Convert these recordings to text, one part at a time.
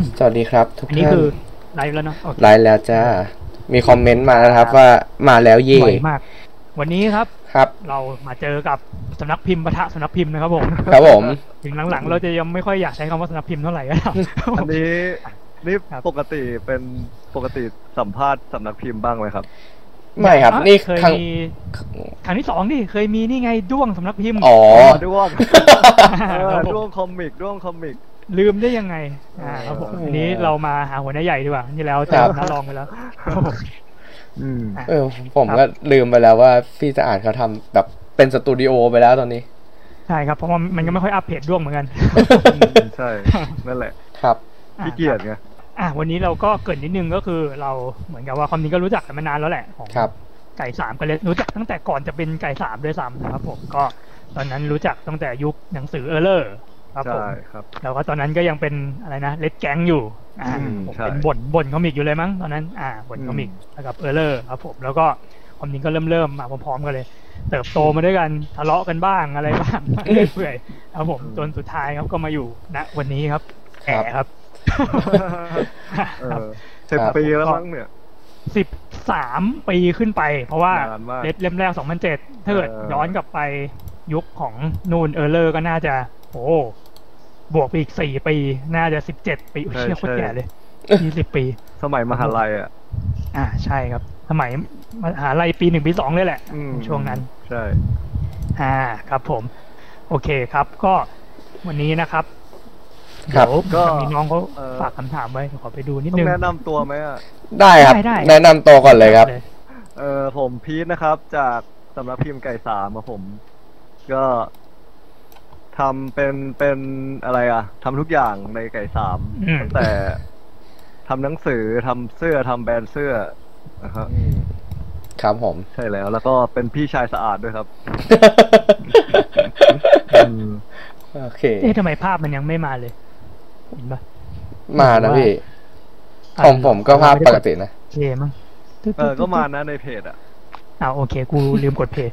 สวัสดีครับทุกอันนี้ท่านคือไลฟ์แล้วเนาะโอเคไลฟ์แล้วจ้ามีคอมเมนต์มานะครับว่ามาแล้วเย่บ่อยมากวันนี้ครับครับเรามาเจอกับสำนักพิมพ์ปะทะสำนักพิมพ์นะครับผมครับผมถึงหลังๆเราจะยังไม่ค่อยอยากใช้คำว่าสำนักพิมพ์เท่าไหร่ก็อันนี้นี่ครับปกติเป็นปกติสัมภาษณ์สำนักพิมพ์บ้างไหมครับไม่ครับนี่เคยครั้งมีครั้งที่2ดิเคยมีนี่ไงด้วงสำนักพิมพ์อ๋อด้วงครับผมด้วงคอมิกด้วงคอมิกลืมได้ยังไงครับผมอันนี้เรามาหาหัวหน้าใหญ่ดีกว่าที่แล้วเจอหัวหน้ารองไปแล้วครับผมเออผมก็ลืมไปแล้วว่าพี่จะอ่านเขาทำแบบเป็นสตูดิโอไปแล้วตอนนี้ใช่ครับเพราะว่ามันก็ไม่ค่อยอัปเดตด้วงเหมือนกันใช่นั่นแหละครับขี้เกียจไงวันนี้เราก็เกริ่นนิดนึงก็คือเราเหมือนกับว่าความจริงก็รู้จักกันมานานแล้วแหละของไก่สามกันเลยรู้จักตั้งแต่ก่อนจะเป็นไก่สามด้วยซ้ำนะครับผมก็ตอนนั้นรู้จักตั้งแต่ยุคหนังสือเลอร์ครับผมแล้วก็ตอนนั้นก็ยังเป็นอะไรนะเลดแก๊งอยู่ผมเป็นบ่นคอมิกอยู่เลยมั้งตอนนั้นบ่นคอมิกกับเลอร์ครับผมแล้วก็ความจริงก็เริ่มมาพร้อมๆกันเลยเติบโตมาด้วยกันทะเลาะกันบ้างอะไรบ้างเรื่อยๆครับผมจนสุดท้ายครับก็มาอยู่ณวันนี้ครับแอบครับ 10 ปีแล้วมั้งเนี่ย 13 ปีขึ้นไปเพราะว่าเล่มแรก2007ถ้าเกิดย้อนกลับไปยุคของนูนเลอร์ก็น่าจะบวกไปอีก4 ปีน่าจะ17 ปีเชี่ยโคตรแก่เลย20 ปีสมัยมหาลัยใช่ครับสมัยมหาลัยปี1ปี2เลยแหละช่วงนั้นใช่ครับผมโอเคครับก็วันนี้นะครับเดี๋ยวก็มีน้องเขาฝากคำถามไว้ขอไปดูนิดนึงต้องแนะนำตัวไหมได้ครับแนะนำตัวก่อนเลยครับผมพีทนะครับจากสำนักพิมพ์ไก่สามผมก็ทำเป็นอะไรทำทุกอย่างในไก่สามตั้งแต่ทำหนังสือทำเสื้อทำแบรนด์เสื้อนะครับครับผมใช่แล้วก็เป็นพี่ชายสะอาดด้วยครับโอเคทำไมภาพมันยังไม่มาเลยเห็นปะมานะพี่ผมก็ภาพปกตินะมั้งก็มานะในเพจโอเคกูลืมกดเพจ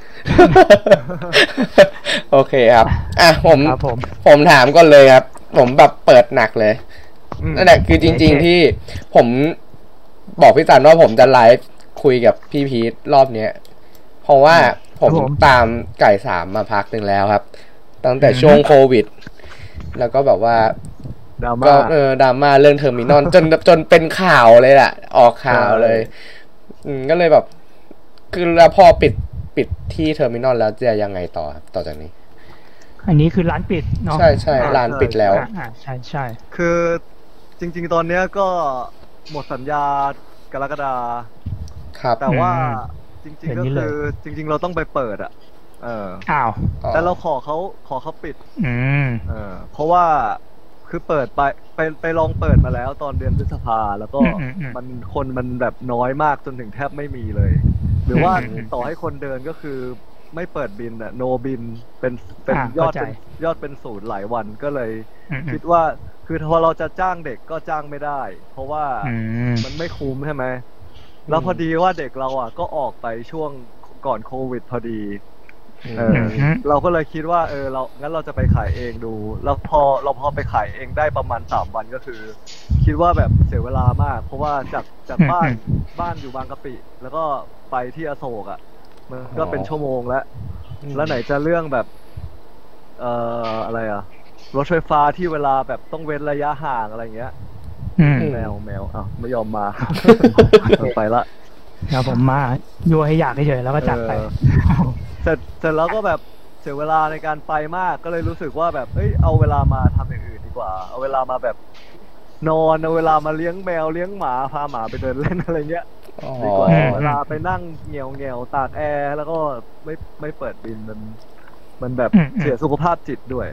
โอเคครับผมถามก่อนเลยครับผมแบบเปิดหนักเลยนั่นแหละคือจริงๆที่ผมบอกพี่จันว่าผมจะไลฟ์คุยกับพี่พีทรอบเนี้ยเพราะว่าผมตามไก่สามมาพักหนึ่งแล้วครับตั้งแต่ช่วงโควิดแล้วก็แบบว่าดราม่าเรื่องเทอร์มินอลจนเป็นข่าวเลยแหละออกข่าวเลยก็เลยแบบคือแล้วพอปิดที่เทอร์มินอลแล้วจะยังไงต่อครับต่อจากนี้อันนี้คือร้านปิดเนาะใช่ร้านปิดแล้วใช่คือจริงๆตอนนี้ก็หมดสัญญากรกฎาครับแต่ว่าจริงๆก็คือจริงๆเราต้องไปเปิดแต่เราขอเขาปิดเพราะว่าคือเปิดไปลองเปิดมาแล้วตอนเดือนพฤษภาแล้วก็มันแบบน้อยมากจนถึงแทบไม่มีเลยหรือว่าต่อให้คนเดินก็คือไม่เปิดบินโนบินเป็นยอดเป็นศูนย์หลายวันก็เลยคิดว่าคือพอเราจะจ้างเด็กก็จ้างไม่ได้เพราะว่ามันไม่คุ้มใช่ไหมแล้วพอดีว่าเด็กเราก็ออกไปช่วงก่อนโควิดพอดีเราก็เลยคิดว่างั้นเราจะไปขายเองดูแล้วพอไปขายเองได้ประมาณ3 วันก็คือคิดว่าแบบเสียเวลามากเพราะว่าจากบ้านอยู่บางกะปิแล้วก็ไปที่อโศกมันก็เป็นชั่วโมงแล้วไหนจะเรื่องแบบอะไรรถไฟฟ้าที่เวลาแบบต้องเว้นระยะห่างอะไรเงี้ยแมวไม่ยอมมาไปละครับผมมายัวให้อยากเฉยแล้วก็จัดไปเสร็จแล้วก็แบบเสียเวลาในการไปมากก็เลยรู้สึกว่าแบบเอาเวลามาทำอย่างอื่นดีกว่าเอาเวลามาแบบนอนเอาเวลามาเลี้ยงแมวเลี้ยงหมาพาหมาไปเดินเล่นอะไรเงี้ยดีกว่าเวลาไปนั่งเงียวตากแอร์แล้วก็ไม่เปิดบินมันแบบเสียสุขภาพจิตด้วย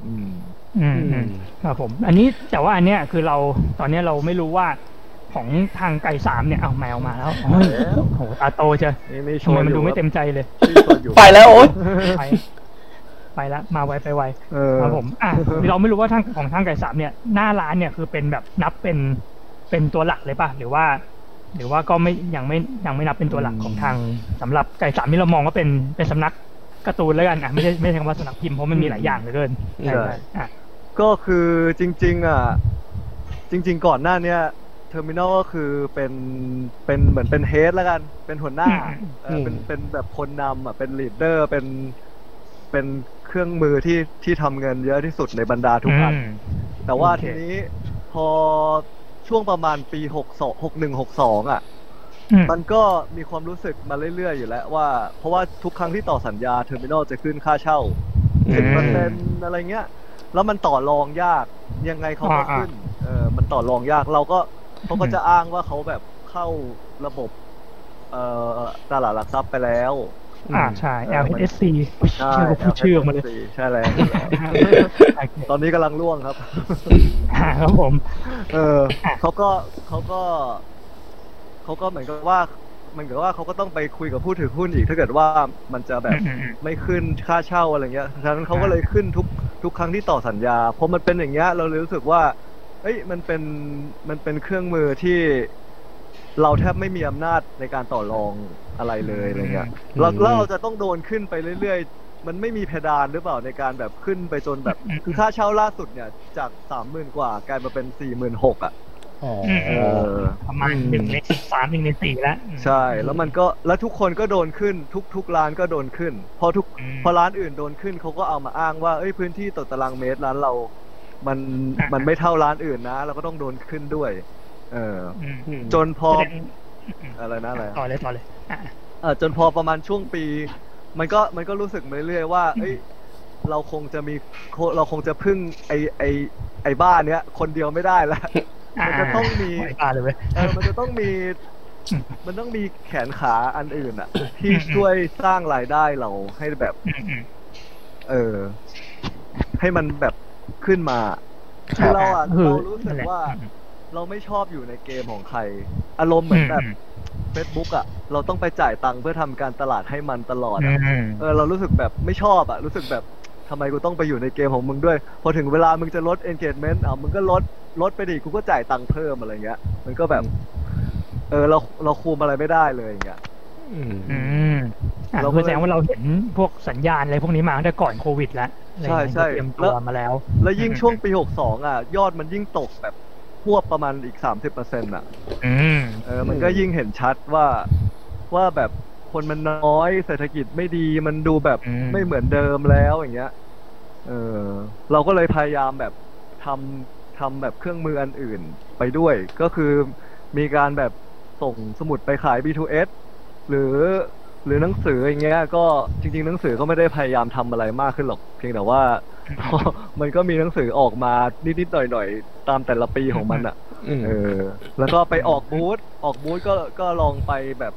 ครับผมอันนี้แต่ว่าอันเนี้ยคือเราตอนนี้เราไม่รู้ว่าของทางไก่สามเนี่ยเอาแมวมาแล้วโอ้โหตาโตจ้ะทำไมมันดูไม่เต็มใจเลยไปแล้วโอ๊ยไปแล้วมาไวไปไวครับผมเราไม่รู้ว่าทางของทางไก่สามเนี่ยหน้าร้านเนี่ยคือเป็นแบบนับเป็นตัวหลักเลยป่ะหรือว่าก็ไม่ยังไม่นับเป็นตัวหลักของทางสำหรับไก่สามที่เรามองว่าเป็นสำนักการ์ตูนแล้วกันไม่ใช่คำว่าสำนักพิมพ์เพราะมันมีหลายอย่างเหลือเกินใช่ก็คือจริงๆจริงๆก่อนหน้าเนี้ยเทอร์มินอลก็คือเป็นเหมือนเป็นเฮดแล้วกันเป็นหัวหน้าเป็นแบบคนนำอ่ะเป็นลีดเดอร์เป็นเครื่องมือที่ทำเงินเยอะที่สุดในบรรดาทุกอันแต่ว่าทีนี้พอช่วงประมาณปี61 62อ่ะมันก็มีความรู้สึกมาเรื่อยๆอยู่แล้วว่าเพราะว่าทุกครั้งที่ต่อสัญญาเทอร์มินอลจะขึ้นค่าเช่า10%อะไรเงี้ยแล้วมันต่อรองยากยังไงเขาก็ขึ้นมันต่อรองยากเขาก็จะอ้างว่าเขาแบบเข้าระบบตลาดหลักทรัพย์ไปแล้วใช่ LHSC ใช่พูดชื่อออกมาเลยใช่แล้วตอนนี้กำลังร่วงครับครับผมเขาก็เหมือนกับว่าเขาก็ต้องไปคุยกับผู้ถือหุ้นอีกถ้าเกิดว่ามันจะแบบไม่ขึ้นค่าเช่าอะไรเงี้ยฉะนั้นเขาก็เลยขึ้นทุกครั้งที่ต่อสัญญาพอมันเป็นอย่างเงี้ยเราเลยรู้สึกว่าเอ้ยมันเป็นเครื่องมือที่เราแทบไม่มีอำนาจในการต่อรองอะไรเลยอะไรเงี้ยแล้วเราจะต้องโดนขึ้นไปเรื่อยๆมันไม่มีเพดานหรือเปล่าในการแบบขึ้นไปจนแบบคือค่าเช่าล่าสุดเนี่ยจาก 30,000 กว่ากลายมาเป็น 46,000 อ่ะประมาณ1 ใน 3 1 ใน 4แล้วใช่แล้วมันก็แล้วทุกคนก็โดนขึ้นทุกร้านก็โดนขึ้นพอร้านอื่นโดนขึ้นเขาก็เอามาอ้างว่าเอ้ยพื้นที่ต่อตารางเมตรร้านเรามันไม่เท่าร้านอื่นนะเราก็ต้องโดนขึ้นด้วยจนพออะไรนะอะไรต่อเลยจนพอประมาณช่วงปีมันก็รู้สึกมาเรื่อยๆว่าเอ้ยเราคงจะพึ่งไอ้บ้านเนี้ยคนเดียวไม่ได้แล้วมันจะต้องมีมันจะต้องมีแขนขาอันอื่นอ่ะที่ช่วยสร้างรายได้เราให้แบบให้มันแบบขึ้นมาคือเรารู้สึกว่าเราไม่ชอบอยู่ในเกมของใครอารมณ์เหมือนแบบ Facebook อ่ะเราต้องไปจ่ายตังค์เพื่อทำการตลาดให้มันตลอดเรารู้สึกแบบไม่ชอบอ่ะรู้สึกแบบทำไมกูต้องไปอยู่ในเกมของมึงด้วยพอถึงเวลามึงจะลด engagement มึงก็ลดไปดิกูก็จ่ายตังค์เพิ่มอะไรเงี้ยมันก็แบบเราคุมอะไรไม่ได้เลยอย่างเงี้ยเราแสดงว่าเราเห็นพวกสัญญาณอะไรพวกนี้มาตั้งแต่ก่อนโควิดแล้วใช่เตรียมตัวมาแล้วแล้วยิ่งช่วงปี62ยอดมันยิ่งตกแบบพวบประมาณอีก 30% อ่ะมันก็ยิ่งเห็นชัดว่าแบบคนมันน้อยเศรษฐกิจไม่ดีมันดูแบบไม่เหมือนเดิมแล้วอย่างเงี้ยเราก็เลยพยายามแบบทำแบบเครื่องมืออันอื่นไปด้วยก็คือมีการแบบส่งสมุดไปขาย B2S หรือหนังสืออย่างเงี้ยก็จริงๆหนังสือก็ไม่ได้พยายามทำอะไรมากขึ้นหรอกเพียงแต่ว่ามันก็มีหนังสือออกมานิดๆหน่อยๆตามแต่ละปีของมันอ่ะแล้วก็ไปออกบูธก็ลองไปแบบ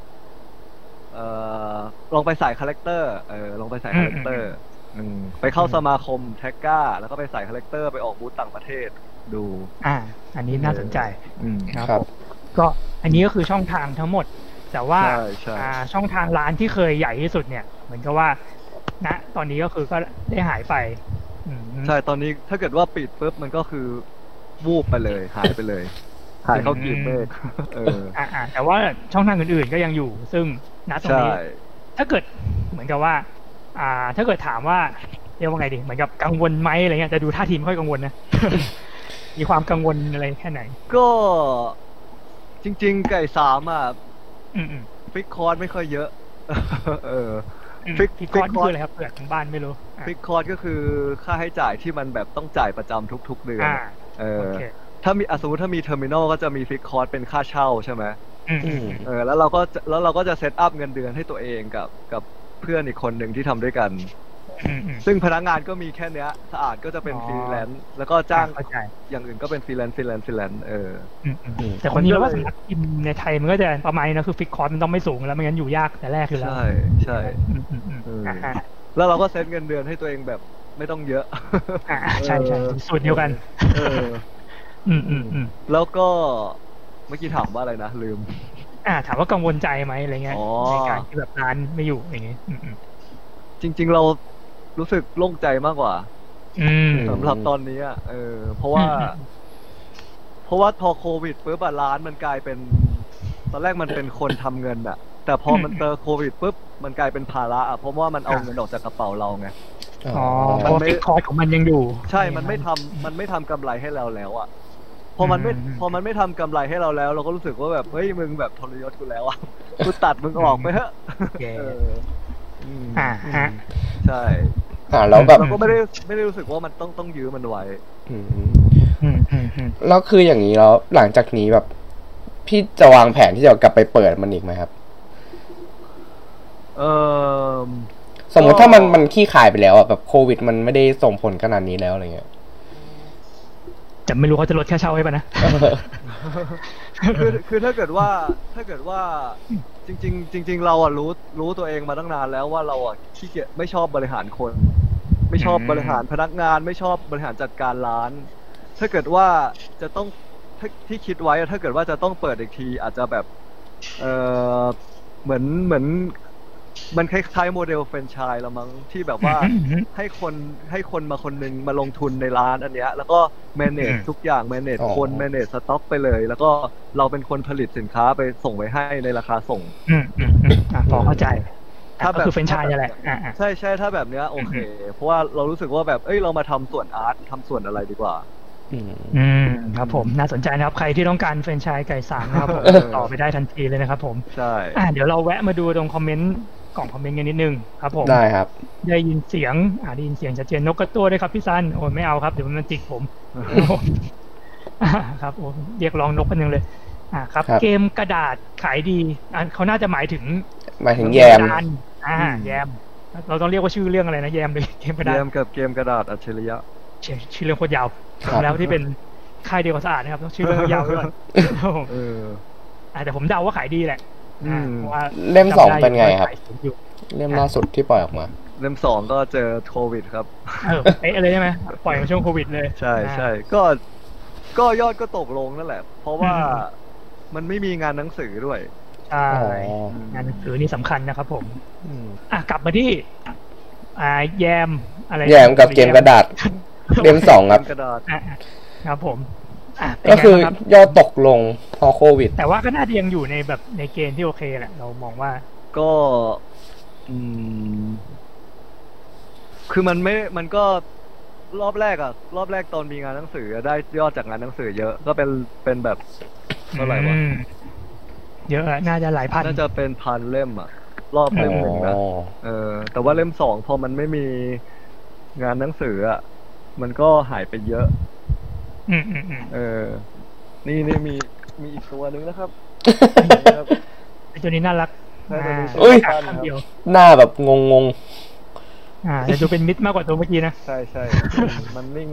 ลองไปใส่คาแรคเตอร์ลองไปใส่คาแรคเตอร์ไปเข้าสมาคมแท็กก้าแล้วก็ไปใส่คาแรคเตอร์ไปออกบูธต่างประเทศดูอันนี้น่าสนใจครับก็อันนี้ก็คือช่องทางทั้งหมดแต่ว่าช่องทางร้านที่เคยใหญ่ที่สุดเนี่ยเหมือนกับว่าณตอนนี้ก็คือก็ได้หายไปใช่ตอนนี้ถ้าเกิดว่าปิดปุ๊บมันก็คือวูบไปเลยหายไปเลยหายเข้ากีบเมฆแต่ว่าช่องทางอื่นๆก็ยังอยู่ซึ่งณตรงนี้ถ้าเกิดเหมือนกับว่าถ้าเกิดถามว่าเรียกว่าไงดีเหมือนกับกังวลไหมอะไรเงี้ยจะดูท่าทีไม่ค่อยกังวลนะ มีความกังวลอะไรแค่ไหนก็จริงๆไก่3ฟิกคอร์สไม่ค่อยเยอะฟิกคอร์สคืออะไรครับเผื่อทางบ้านไม่รู้ฟิกคอร์สก็คือค่าให้จ่ายที่มันแบบต้องจ่ายประจำทุกๆเดือนถ้ามีสมมติถ้ามีเทอร์มินอลก็จะมีฟิกคอร์สเป็นค่าเช่าใช่ไหมแล้วเราก็จะเซตอัพเงินเดือนให้ตัวเองกับเพื่อนอีกคนหนึ่งที่ทำด้วยกันซึ่งพนักงานก็มีแค่เนี้ยสะอาดก็จะเป็นฟรีแลนซ์แล้วก็จ้างอย่างอื่นก็เป็นฟรีแลนซ์แต่คนนี้ว่าสำนักพิมพ์ในไทยมันก็จะประมาณนี้นะคือฟิกคอร์สมันต้องไม่สูงแล้วไม่งั้นอยู่ยากแต่แรกคือแล้วใช่แล้วเราก็เซตเงินเดือนให้ตัวเองแบบไม่ต้องเยอะใช่สูตรเดียวกันแล้วก็เมื่อกี้ถามว่าอะไรนะลืมถามว่ากังวลใจไหมอะไรเงี้ยในการที่แบบร้านไม่อยู่อย่างเงี้ยจริงๆเรารู้สึกโล่งใจมากกว่าสำหรับตอนนี้เพราะว่าพอโควิดปุ๊บร้านมันกลายเป็นตอนแรกมันเป็นคนทำเงินแต่พอมันเจอโควิดปุ๊บมันกลายเป็นภาระเพราะว่ามันเอาเงินออกจากกระเป๋าเราไงมันไม่คอร์สของมันยังอยู่ใช่มันไม่ทำกำไรให้เราแล้วพอมันไม่ทำกำไรให้เราแล้ว เราก็รู้สึกว่าแบบเฮ้ยมึงแบบทรยศกูแล้วอ่ะกูตัดมึงออกไปเถอะใช่แล้วแบบเราก็ไม่ได้รู้สึกว่ามันต้องยื้อมันไว้แล้วคืออย่างนี้แล้วหลังจากนี้แบบพี่จะวางแผนที่จะกลับไปเปิดมันอีกไหมครับสมมติถ้ามันขี้ขายไปแล้วอ่ะแบบโควิดมันไม่ได้ส่งผลขนาดนี้แล้วอะไรเงี้ยจะไม่รู้เขาจะลดค่าเช่าให้ป่ะนะคือถ้าเกิดว่าจริงเราอ่ะรู้ตัวเองมาตั้งนานแล้วว่าเราอ่ะขี้เกียจไม่ชอบบริหารคน ไม่ชอบบริหารพนักงานไม่ชอบบริหารจัดการร้านถ้าเกิดว่าจะต้องที่คิดไว้ถ้าเกิดว่าจะต้องเปิดอีกทีอาจจะแบบเหมือนมันคล้ายๆโมเดลแฟรนไชส์ละมั้งที่แบบว่าให้คนมาคนนึงมาลงทุนในร้านอันเนี้ยแล้วก็แมเนจทุกอย่างแมเนจคนแมเนจสต็อกไปเลยแล้วก็เราเป็นคนผลิตสินค้าไปส่งไปให้ในราคาส่งพอเข้าใจถ้าแบบคือแฟรนไชส์นี่แหละใช่ถ้าแบบเนี้ยโอเคเพราะว่าเรารู้สึกว่าแบบเรามาทำส่วนอาร์ตทำส่วนอะไรดีกว่าครับผมน่าสนใจนะครับใครที่ต้องการแฟรนไชส์ไก่สามนะครับผมต่อไปได้ทันทีเลยนะครับผมใช่เดี๋ยวเราแวะมาดูตรงคอมเมนต์กล่องคอมเมนต์กันนิดนึงครับผมได้ครับได้ยินเสียงชัดเจนนกกระตั้วด้วยครับพี่ซันโอ้ไม่เอาครับเดี๋ยวมันจิกผมครับโอ้เรียกร้องนกกันนึงเลยครับเกมกระดาษขายดีเขาน่าจะหมายถึงแยมแยมเราต้องเรียกว่าชื่อเรื่องอะไรนะแยมเลยเกมกระดาษแยมกับเกมกระดาษอัจฉริยะชื่อเรื่องโคตรยาวแล้วที่เป็นค่ายเดียวกับสะอาดนะครับต้องชื่อเรื่องยาวด้วยแต่ผมเดาว่าขายดีแหละเล่ม2เป็นไงครับเล่มล่าสุดที่ปล่อยออกมาเล่ม2ก็เจอโควิดครับอะไรใช่ไหมปล่อยมาช่วงโควิดเลยใช่ก็ยอดก็ตกลงนั่นแหละเพราะว่ามันไม่มีงานหนังสือด้วยใช่งานหนังสือนี่สำคัญนะครับผมกลับมาที่แยมอะไรแยมกับเกมกระดาษเล่ม2ครับครับผมก็คือยอดตกลงพอโควิดแต่ว่าก็น่าจะยังอยู่ในแบบในเกณฑ์ที่โอเคแหละเรามองว่าก็คือมันก็รอบแรกตอนมีงานหนังสือได้ยอดจากงานหนังสือเยอะก็เป็นแบบเท่าไหร่วะเยอะน่าจะหลายพันน่าจะเป็นพันเล่มอ่ะรอบเล่มหนึ่งนะแต่ว่าเล่ม2พอมันไม่มีงานหนังสืออ่ะมันก็หายไปเยอะนี่มีอีกตัวนึงนะครับตัวนี้น่ารักหน้าแบบงงจะดูเป็นมิตรมากกว่าตัวเมื่อกี้นะใช่มันนิ่ง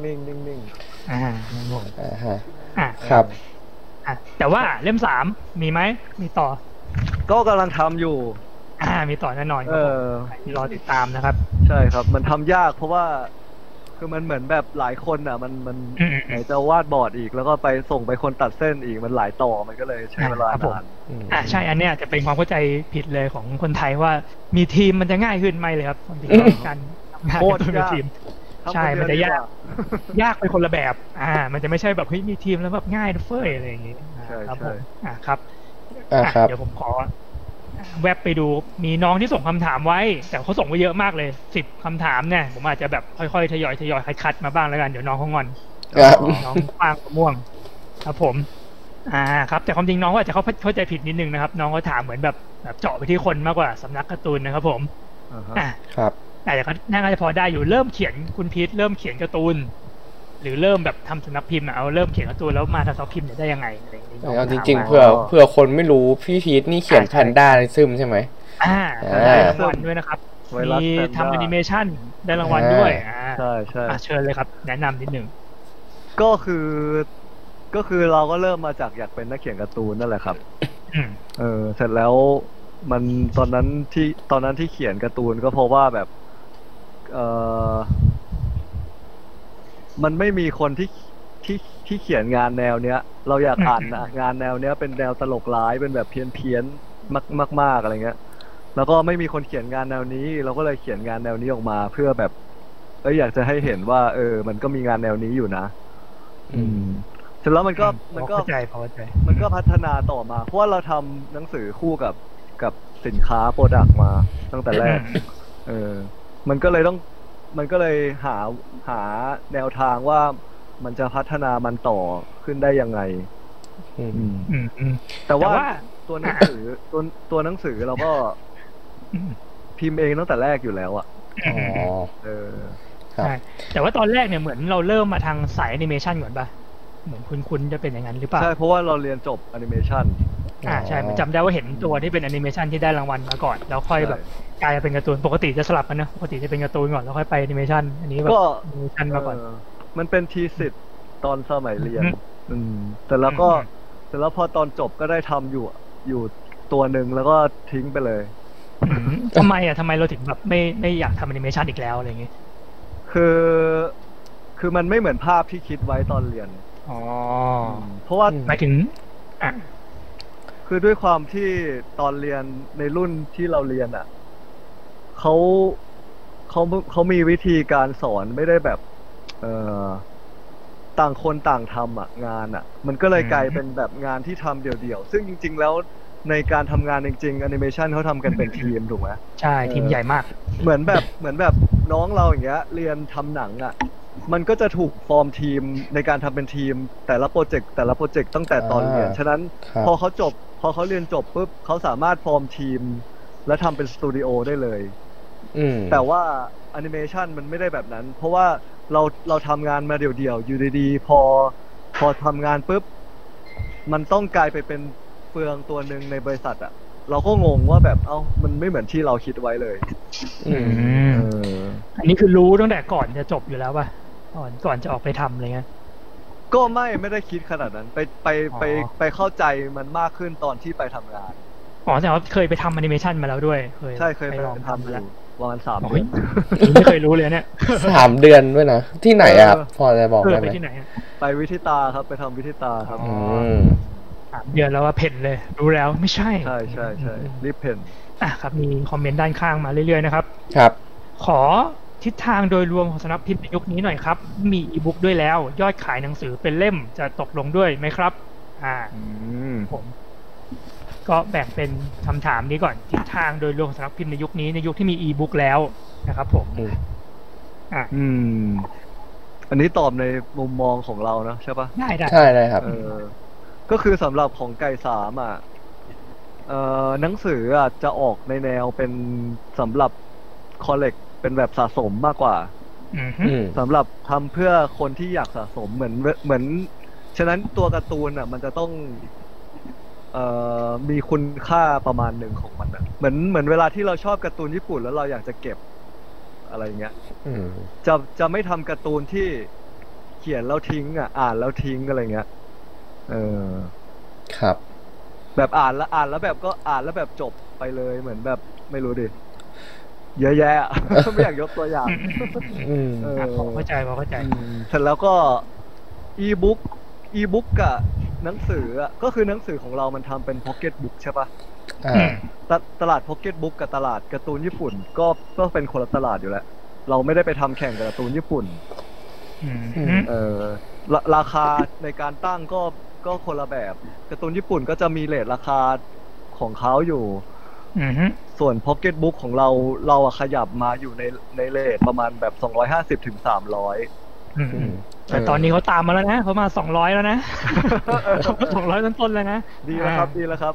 ครับแต่ว่าเล่ม3มีไหมมีต่อก็กำลังทำอยู่มีต่อแน่นอนรอติดตามนะครับใช่ครับมันทำยากเพราะว่าคือมันเหมือนแบบหลายคนอ่ะมันไหนจะวาดบอร์ดอีกแล้วก็ไปส่งไปคนตัดเส้นอีกมันหลายต่อมันก็เลยใช้เวลานานใช่อันเนี้ยจะเป็นความเข้าใจผิดเลยของคนไทยว่ามีทีมมันจะง่ายขึ้นไม่เลยครับการทำงานเป็นทีมใช่มันจะยากไปคนละแบบมันจะไม่ใช่แบบเฮ้ยมีทีมแล้วแบบง่ายเฟ้ยอะไรอย่างงี้ครับผมครับเดี๋ยวผมขอแว็บไปดูมีน้องที่ส่งคำถามไว้แต่เขาส่งไว้เยอะมากเลย10คำถามเนี่ยผมอาจจะแบบค่อยๆทยอยคัดมาบ้างแล้วกันเดี๋ยวน้องเขางอนน้องฟางม่วงครับผมครับแต่ความจริงน้องก็อาจจะเข้าใจผิดนิดนึงนะครับน้องเขาถามเหมือนแบบเจาะไปที่คนมากกว่าสำนักการ์ตูนนะครับผมครับแต่ก็น่าจะพอได้อยู่เริ่มเขียนคุณพีทเริ่มเขียนการ์ตูนหรือเริ่มแบบทำสำนักพิมพ์เอาเริ่มเขียนการ์ตูนแล้วมาทำสำนักพิมพ์ได้ยังไงอะไรอย่างนี้เอาจริงๆเพื่อคนไม่รู้พี่พีทนี่เขียนแพนด้าในซึมใช่ไหมได้รางวัลด้วยนะครับมีทำแอนิเมชันได้รางวัลด้วยใช่เชิญเลยครับแนะนำนิดหนึ่งก็คือเราก็เริ่มมาจากอยากเป็นนักเขียนการ์ตูนนั่นแหละครับเสร็จแล้วมันตอนนั้นที่เขียนการ์ตูนก็เพราะว่าแบบมันไม่มีคนที่เขียนงานแนวเนี้ยเราอยากอ่านงานแนวเนี้ยเป็นแนวตลกร้ายเป็นแบบเพี้ยนมากอะไรเงี้ยแล้วก็ไม่มีคนเขียนงานแนวนี้เราก็เลยเขียนงานแนวนี้ออกมาเพื่อแบบอยากจะให้เห็นว่ามันก็มีงานแนวนี้อยู่นะเสร็จแล้วมันก็เข้าใจมันก็พัฒนาต่อมาเพราะว่าเราทำหนังสือคู่กับสินค้าโปรดักต์มาตั้งแต่แรกมันก็เลยหาแนวทางว่ามันจะพัฒนามันต่อขึ้นได้ยังไงแต่ว่าตัวหนังสือตัวหนังสือเราก็พิมพ์เองตั้งแต่แรกอยู่แล้วอ่ะใช่แต่ว่าตอนแรกเนี่ยเหมือนเราเริ่มมาทางสายแอนิเมชันก่อนป่ะเหมือนคุณจะเป็นอย่างนั้นหรือเปล่าใช่เพราะว่าเราเรียนจบแอนิเมชันใช่มันจำได้ว่าเห็นตัวที่เป็นแอนิเมชันที่ได้รางวัลมาก่อนแล้วค่อยแบบกลายเป็นการ์ตูนปกติจะสลับกันนะปกติจะเป็นการ์ตูนก่อนแล้วค่อยไปแอนิเมชันอันนี้แบบแอนิเมชันมาก่อนมันเป็นทีสิทธ์ตอนสมัยเรียนแต่แล้วพอตอนจบก็ได้ทำอยู่ตัวหนึ่งแล้วก็ทิ้งไปเลยทำไมเราถึงแบบไม่อยากทำแอนิเมชันอีกแล้วอะไรอย่างเงี้ยคือมันไม่เหมือนภาพที่คิดไว้ตอนเรียนเพราะว่าหมายถึงคือด้วยความที่ตอนเรียนในรุ่นที่เราเรียนเขามีวิธีการสอนไม่ได้แบบต่างคนต่างทำงานมันก็เลยกลายเป็นแบบงานที่ทำเดี่ยวๆซึ่งจริงๆแล้วในการทำงานจริงๆแอนิเมชันเขาทำกันเป็นทีมถูกไหมใช่ทีมใหญ่มากเหมือนแบบน้องเราอย่างเงี้ยเรียนทำหนังมันก็จะถูกฟอร์มทีมในการทำเป็นทีมแต่ละโปรเจกต์ตั้งแต่ตอนเรียนฉะนั้นพอเขาเรียนจบปุ๊บเขาสามารถฟอร์มทีมและทำเป็นสตูดิโอได้เลยแต่ว่าแอนิเมชันมันไม่ได้แบบนั้นเพราะว่าเราทำงานมาเดี่ยวๆอยู่ดีๆพอทำงานปุ๊บมันต้องกลายไปเป็นเฟืองตัวหนึ่งในบริษัทเราก็งงว่าแบบมันไม่เหมือนที่เราคิดไว้เลยอันนี้คือรู้ตั้งแต่ก่อนจะจบอยู่แล้วป่ะก่อนจะออกไปทำอะไรเงี้ยก็ไม่ได้คิดขนาดนั้นไปเข้าใจมันมากขึ้นตอนที่ไปทำงานแต่ว่าเคยไปทำแอนิเมชันมาแล้วด้วยเคยไปลองทำมาแล้วประมาณ3 เดือนไม่เคยรู้เลยเนี่ย 3 เดือนด้วยนะที่ไหนครับพอจะบอกได้ไหมไปที่ไหนไปวิทิตาครับไปทำวิทิตาครับ 3 เดือนแล้วว่าเพ่นเลยรู้แล้วไม่ใช่ใช่รีบเพ่นครับมีคอมเมนต์ด้านข้างมาเรื่อยๆนะครับครับขอทิศทางโดยรวมของสำนักพิมพ์ในยุคนี้หน่อยครับมีอีบุ๊กด้วยแล้วยอดขายหนังสือเป็นเล่มจะตกลงด้วยไหมครับผมก็แบ่งเป็นคำถามนี้ก่อนทิศทางโดยรวมของสำนักพิมพ์ในยุคนี้ในยุคที่มีอีบุ๊กแล้วนะครับผมอันนี้ตอบในมุมมองของเรานะใช่ปะใช่ได้ครับก็คือสำหรับของไก่สามหนังสือจะออกในแนวเป็นสำหรับคอลเลกเป็นแบบสะสมมากกว่าสำหรับทำเพื่อคนที่อยากสะสมเหมือนฉะนั้นตัวการ์ตูนมันจะต้องมีคุณค่าประมาณหนึ่งของมันเหมือนเวลาที่เราชอบการ์ตูนญี่ปุ่นแล้วเราอยากจะเก็บอะไรเงี้ยจะไม่ทำการ์ตูนที่เขียนแล้วทิ้งอ่านแล้วทิ้งอะไรเงี้ยครับแบบอ่านแล้วแบบก็อ่านแล้วแบบจบไปเลยเหมือนแบบไม่รู้ดิเยอะแยะไม่อยากยกตัวอย่างพอเข้าใจเสร็จแล้วก็อีบุ๊กกับหนังสือก็คือหนังสือของเรามันทำเป็นพ็อกเก็ตบุ๊กใช่ปะตลาดพ็อกเก็ตบุ๊กกับตลาดการ์ตูนญี่ปุ่นก็เป็นคนละตลาดอยู่แล้วเราไม่ได้ไปทำแข่งกับการ์ตูนญี่ปุ่นราคาในการตั้งก็คนละแบบการ์ตูนญี่ปุ่นก็จะมีเรทราคาของเขาอยู่ส่วนพ็อกเก็ตบุ๊กของเราขยับมาอยู่ในเรทประมาณแบบ250 ถึง 300 แต่ตอนนี้เขาตามมาแล้วนะเขามา200แล้วนะ200ต้นๆแล้วนะดีแล้วครับ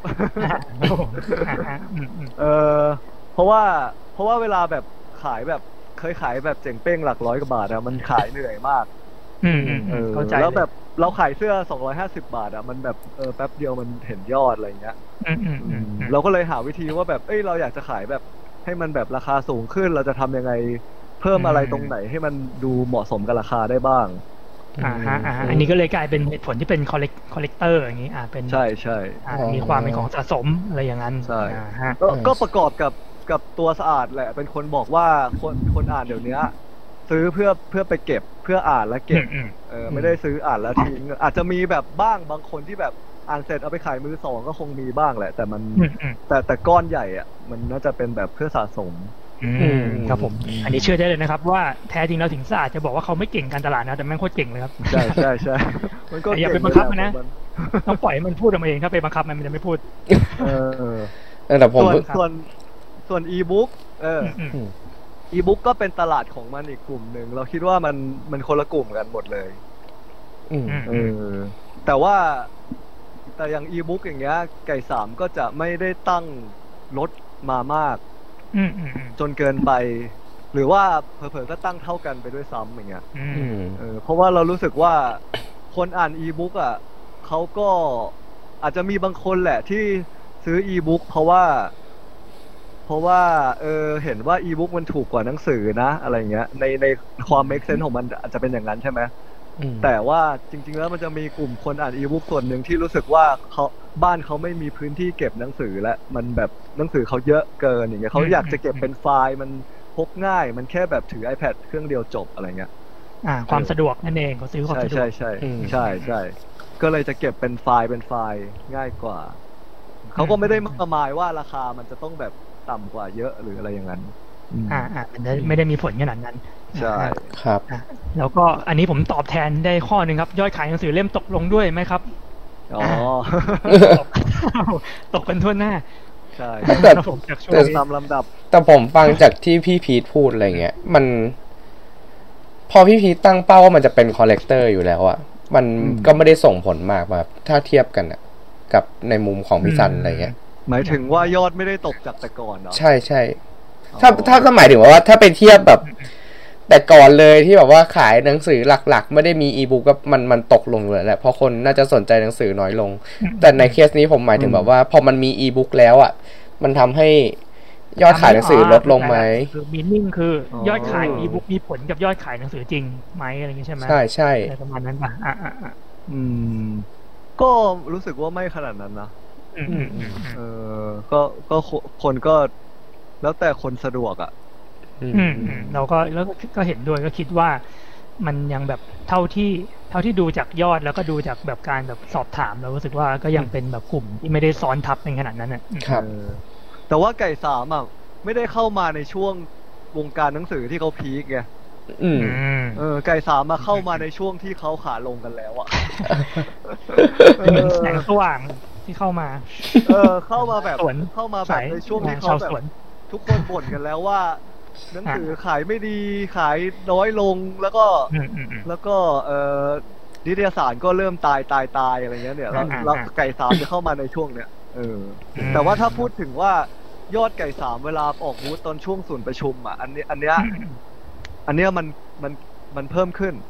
เพราะว่าเวลาแบบขายแบบเคยขายแบบเจ๋งเป้งหลัก100 กว่าบาทมันขายเหนื่อยมากแล้วแบบเราขายเสื้อ250 บาทมันแบบแป๊บเดียวมันเห็นยอดอะไรเงี้ยเราก็เลยหาวิธีว่าแบบเราอยากจะขายแบบให้มันแบบราคาสูงขึ้นเราจะทำยังไงเพิ่มอะไรตรงไหนให้มันดูเหมาะสมกับราคาได้บ้างอันนี้ก็เลยกลายเป็นเหตุผลที่เป็นคอลเลกเตอร์อย่างนี้เป็นใช่มีความเป็นของสะสมอะไรอย่างนั้นใช่ก็ประกอบกับตัวสะอาดแหละเป็นคนบอกว่าคนอ่านเดี๋ยวนี้ซื้อเพื่อไปเก็บเพื่ออ่านแล้วเก็บไม่ได้ซื้ออ่านแล้วทิ้งอาจจะมีแบบบ้างบางคนที่แบบอ่านเสร็จเอาไปขายมือสองก็คงมีบ้างแหละแต่มันแต่ก้อนใหญ่มันน่าจะเป็นแบบเพื่อสะสมครับผมอันนี้เชื่อได้เลยนะครับว่าแท้จริงแล้วถึงศาสตร์จะบอกว่าเขาไม่เก่งการตลาดนะแต่แม่งโคตรเก่งเลยครับใช่มันก็อย่าไปบังคับมันนะต้องปล่อยมันพูดออกมาเองถ้าไปบังคับมันจะไม่พูดแต่ผมส่วนอีบุ๊กอีบุ๊กก็เป็นตลาดของมันอีกกลุ่มหนึ่งเราคิดว่ามันคนละกลุ่มกันหมดเลยแต่ว่าแต่อย่างอีบุ๊กอย่างเงี้ยไก่3ก็จะไม่ได้ตั้งลดมามากจนเกินไปหรือว่าเผลอๆก็ตั้งเท่ากันไปด้วยซ้ำอย่างเงี้ยเพราะว่าเรารู้สึกว่าคนอ่านอีบุ๊กอ่ะเขาก็อาจจะมีบางคนแหละที่ซื้ออีบุ๊กเพราะว่าเห็นว่าอีบุ๊กมันถูกกว่าหนังสือนะอะไรเงี้ยในความเมคเซนส์ของมันอาจจะเป็นอย่างนั้นใช่ไหมแต่ว่าจริงๆแล้วมันจะมีกลุ่มคนอ่านอีบุ๊กส่วนหนึ่งที่รู้สึกว่าบ้านเขาไม่มีพื้นที่เก็บหนังสือและมันแบบหนังสือเขาเยอะเกินอย่างเงี้ยเขาอยากจะเก็บเป็นไฟล์มันพกง่ายมันแค่แบบถือ iPad เครื่องเดียวจบอะไรเงี้ยความสะดวกนั่นเองเขาซื้อความสะดวกใช่ก็เลยจะเก็บเป็นไฟล์ง่ายกว่าเขาก็ไม่ได้มาหมายว่าราคามันจะต้องแบบต่ำกว่าเยอะหรืออะไรอย่างนั้นไม่ได้มีผลขนาดนั้นใช่ครับแล้วก็อันนี้ผมตอบแทนได้ข้อหนึ่งครับยอดขายหนังสือเล่มตกลงด้วยไหมครับตกเป็นทั่วหน้าใช่แต่ตามลำดับแต่ผมฟังจากที่พี่พีทพูดอะไรเงี้ยมันพอพี่พีทตั้งเป้าว่ามันจะเป็นคอลเลกเตอร์อยู่แล้วอ่ะมันก็ไม่ได้ส่งผลมากแบบถ้าเทียบกันกับในมุมของพี่ซันอะไรเงี้ยหมายถึงว่ายอดไม่ได้ตกจากแต่ก่อนเนาะใช่ถ้าหมายถึงว่าถ้าไปเทียบแบบแต่ก่อนเลยที่แบบว่าขายหนังสือหลักๆไม่ได้มีอีบุ๊กก็มันตกลงเลยแหละเพราะคนน่าจะสนใจหนังสือน้อยลงแต่ในเคสนี้ผมหมายถึงแบบว่าพอมันมีอีบุ๊กแล้วอ่ะมันทำให้ยอดขายหนังสือลดลงไหมคือมีนิ่งคือยอดขายอีบุ๊กมีผลกับยอดขายหนังสือจริงไหมอะไรอย่างนี้ใช่ไหมใช่ประมาณนั้นป่ะก็รู้สึกว่าไม่ขนาดนั้นนะก็คนก็แล้วแต่คนสะดวกอ่ะเราก็เห็นด้วยก็คิดว่ามันยังแบบเท่าที่ดูจากยอดแล้วก็ดูจากแบบการแบบสอบถามเรารู้สึกว่าก็ยังเป็นแบบกลุ่มที่ไม่ได้ซ้อนทับในขนาดนั้นครับแต่ว่าไก่3อ่ะไม่ได้เข้ามาในช่วงวงการหนังสือที่เขาพีคไงไก่3มาเข้ามาในช่วงที่เขาขาลงกันแล้วอ่ะแสงสว่างที่เข้ามาเข้ามาแบบในช่วงที่เขาแบบทุกคนบ่นกันแล้วว่าหนังสือขายไม่ดีขายน้อยลงแล้วก็นิตยสารก็เริ่มตายอะไรเงี้ยเนี่ยแล้วไก่3จะเข้ามาในช่วงเนี้ยแต่ว่าถ้าพูดถึงว่ายอดไก่3เวลาออกบูธตอนช่วงศูนย์ประชุมอ่ะอันเนี้ยมันเพิ่มขึ้น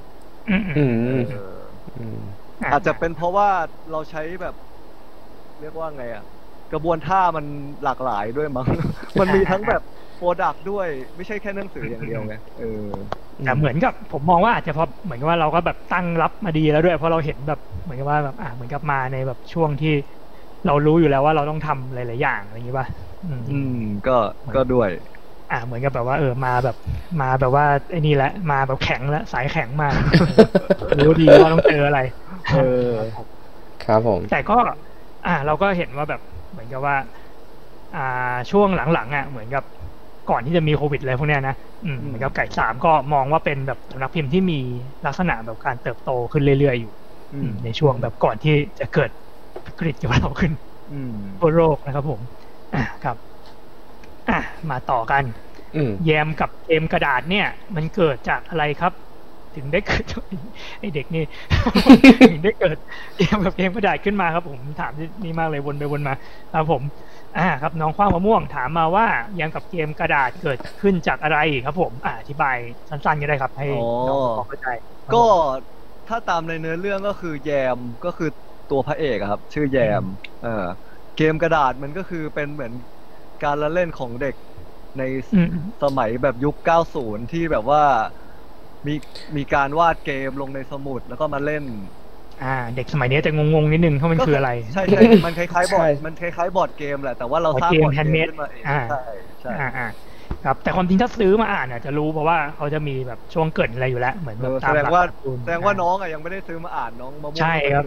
อาจจะเป็นเพราะว่าเราใช้แบบเรียกว่าไงอ่ะกระบวนท่ามันหลากหลายด้วยมั้งมันมีทั้งแบบโปรดักต์ด้วยไม่ใช่แค่หนังสืออย่างเดียวไงแต่เหมือนกับผมมองว่าอาจจะเพราะเหมือนกับว่าเราก็แบบตั้งรับมาดีแล้วด้วยเพราะเราเห็นแบบเหมือนกับว่าแบบเหมือนกับมาในแบบช่วงที่เรารู้อยู่แล้วว่าเราต้องทำหลายๆอย่างอะไรอย่างนี้ป่ะก็ด้วยเหมือนกับแบบว่ามาแบบว่าไอ้นี่แหละมาแบบแข็งแล้วสายแข็งมารู้ดีว่าต้องเจออะไรครับผมแต่ก็เราก็เห็นว่าแบบเหมือนกับว่าช่วงหลังๆเหมือนกับก่อนที่จะมีโควิดอะไรพวกเนี้ยนะเหมือนกับไก่3ก็มองว่าเป็นแบบสำนักพิมพ์ที่มีลักษณะแบบการเติบโตขึ้นเรื่อยๆอยู่ในช่วงแบบก่อนที่จะเกิดวิกฤตกับเราขึ้นทั่วโลกนะครับผมครับมาต่อกันแยมกับเกมกระดาษเนี่ยมันเกิดจากอะไรครับถึงได้เกิดไอเด็กนี่ถึงได้เกิดเกมกับเกมกระดาษขึ้นมาครับผมถามนี่มากเลยวนไปวนมาครับผมครับน้องขว้างมะม่วงถามมาว่าแยมกับเกมกระดาษเกิดขึ้นจากอะไรครับผมอธิบายสั้นๆก็ได้ครับให้น้องเข้าใจก็ถ้าตามในเนื้อเรื่องก็คือแยมก็คือตัวพระเอกครับชื่อแยมเกมกระดาษมันก็คือเป็นเหมือนการละเล่นของเด็กในสมัยแบบยุค90ที่แบบว่ามีการวาดเกมลงในสมุดแล้วก็มาเล่นเด็กสมัยนี้จะงงๆนิดนึงเพราะมันคืออะไรใช่มันคล้ายๆบอร์ดมันคล้ายๆบอร์ดเกมแหละแต่ว่าเราสร้างบอร์ดเกมขึ้นมาเองใช่ครับแต่ความจริงถ้าซื้อมาอ่านจะรู้เพราะว่าเขาจะมีแบบช่วงเกิดอะไรอยู่แล้วเหมือนตามหลักแสดงว่าน้องยังไม่ได้ซื้อมาอ่านน้องมะม่วงใช่ครับ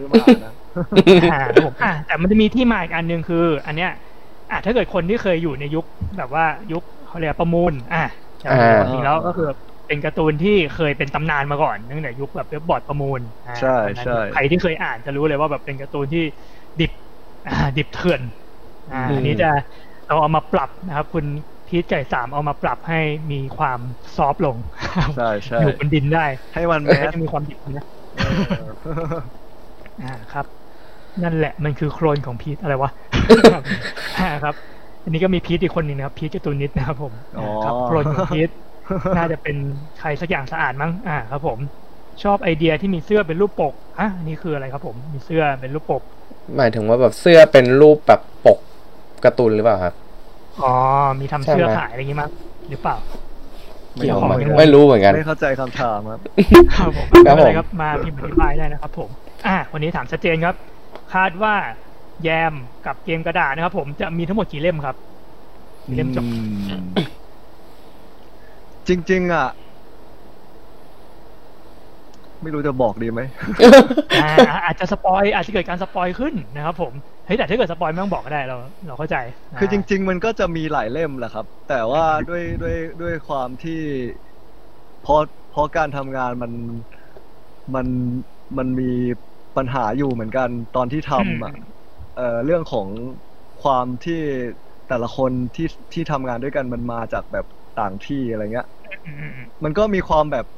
แต่มันจะมีที่มาอีกอันนึงคืออันเนี้ยถ้าเกิดคนที่เคยอยู่ในยุคแบบว่ายุคเขาเรียกประมูลจริงแล้วก็คือเป็นการ์ตูนที่เคยเป็นตำนานมาก่อนตั้งแต่ยุคแบบเว็บบอร์ดประมูลใช่ใครที่เคยอ่านจะรู้เลยว่าแบบเป็นการ์ตูนที่ดิบเถื่อนอันนี้จะเราเอามาปรับนะครับคุณพีทไก่3เอามาปรับให้มีความซอฟต์ลงใช่อยู่บนดินได้ให้มันมีความดิบนะครับนั่นแหละมันคือโคลนของพีทอะไรวะครับอันนี้ก็มีพีทอีกคนหนึ่งนะครับพีทการ์ตูนนิดนะครับผมครับโคลนของพีทน่าจะเป็นใครสักอย่างสะอาดมั้งครับผมชอบไอเดียที่มีเสื้อเป็นรูปปกนี่คืออะไรครับผมมีเสื้อเป็นรูปปกหมายถึงว่าแบบเสื้อเป็นรูปแบบปกการ์ตูนหรือเปล่าครับมีทำเสื้อขายอะไรอย่างงี้มั้งหรือเปล่าไม่รู้เหมือนกันไม่เข้าใจคำถามครับครับผมอะไรครับมาพิมพ์อธิบายได้นะครับผมวันนี้ถามชัดเจนครับคาดว่าแยมกับเกมกระดาษนะครับผมจะมีทั้งหมดกี่เล่มครับมีเล่มจบจริงๆไม่รู้จะบอกดีไหมอาจจะสปอยอาจจะเกิดการสปอยขึ้นนะครับผมเฮ้ยแต่ถ้าเกิดสปอยไม่ต้องบอกก็ได้เราเข้าใจคือจริงๆมันก็จะมีหลายเล่มแหละครับแต่ว่าด้วยความที่พอการทำงานมันมีปัญหาอยู่เหมือนกันตอนที่ทำเรื่องของความที่แต่ละคนที่ทำงานด้วยกันมันมาจากแบบต่างที่อะไรเงี้ยมันก็มีความแบบ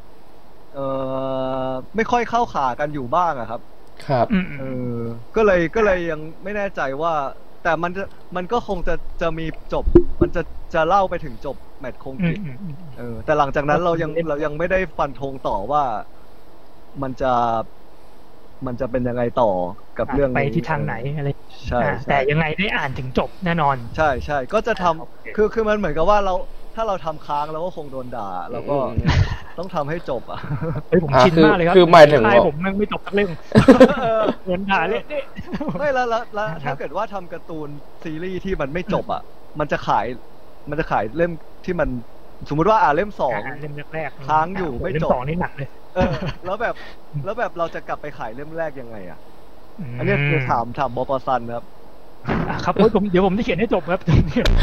ไม่ค่อยเข้าขากันอยู่บ้างอะครับครับก็เลยยังไม่แน่ใจว่าแต่มันก็คงจะมีจบมันจะเล่าไปถึงจบแมตช์คงกิแต่หลังจากนั้นเรายังไม่ได้ฟันธงต่อว่ามันจะเป็นยังไงต่อกับเรื่องไปที่ทางไหนอะไรใช่แต่ยังไงได้อ่านถึงจบแน่นอนใช่ก็จะทำคือมันเหมือนกับว่าถ้าเราทำค้างเราก็คงโดนด่าแล้วก็ต้องทำให้จบผมชินมากเลยครับคือหมายถึงว่าผมไม่จบสักเรื่องโดนด่าเลยไม่แล้วถ้าเกิดว่าทำการ์ตูนซีรีส์ที่มันไม่จบมันจะขายเล่มที่มันสมมุติว่าเล่ม2 เล่มแรกค้างอยู่ไม่จบเล่ม2นี่หนักเลยแล้วแบบเราจะกลับไปขายเล่มแรกยังไงอันนี้คือถามบปซันครับครับเดี๋ยวผมจะเขียนให้จบครับ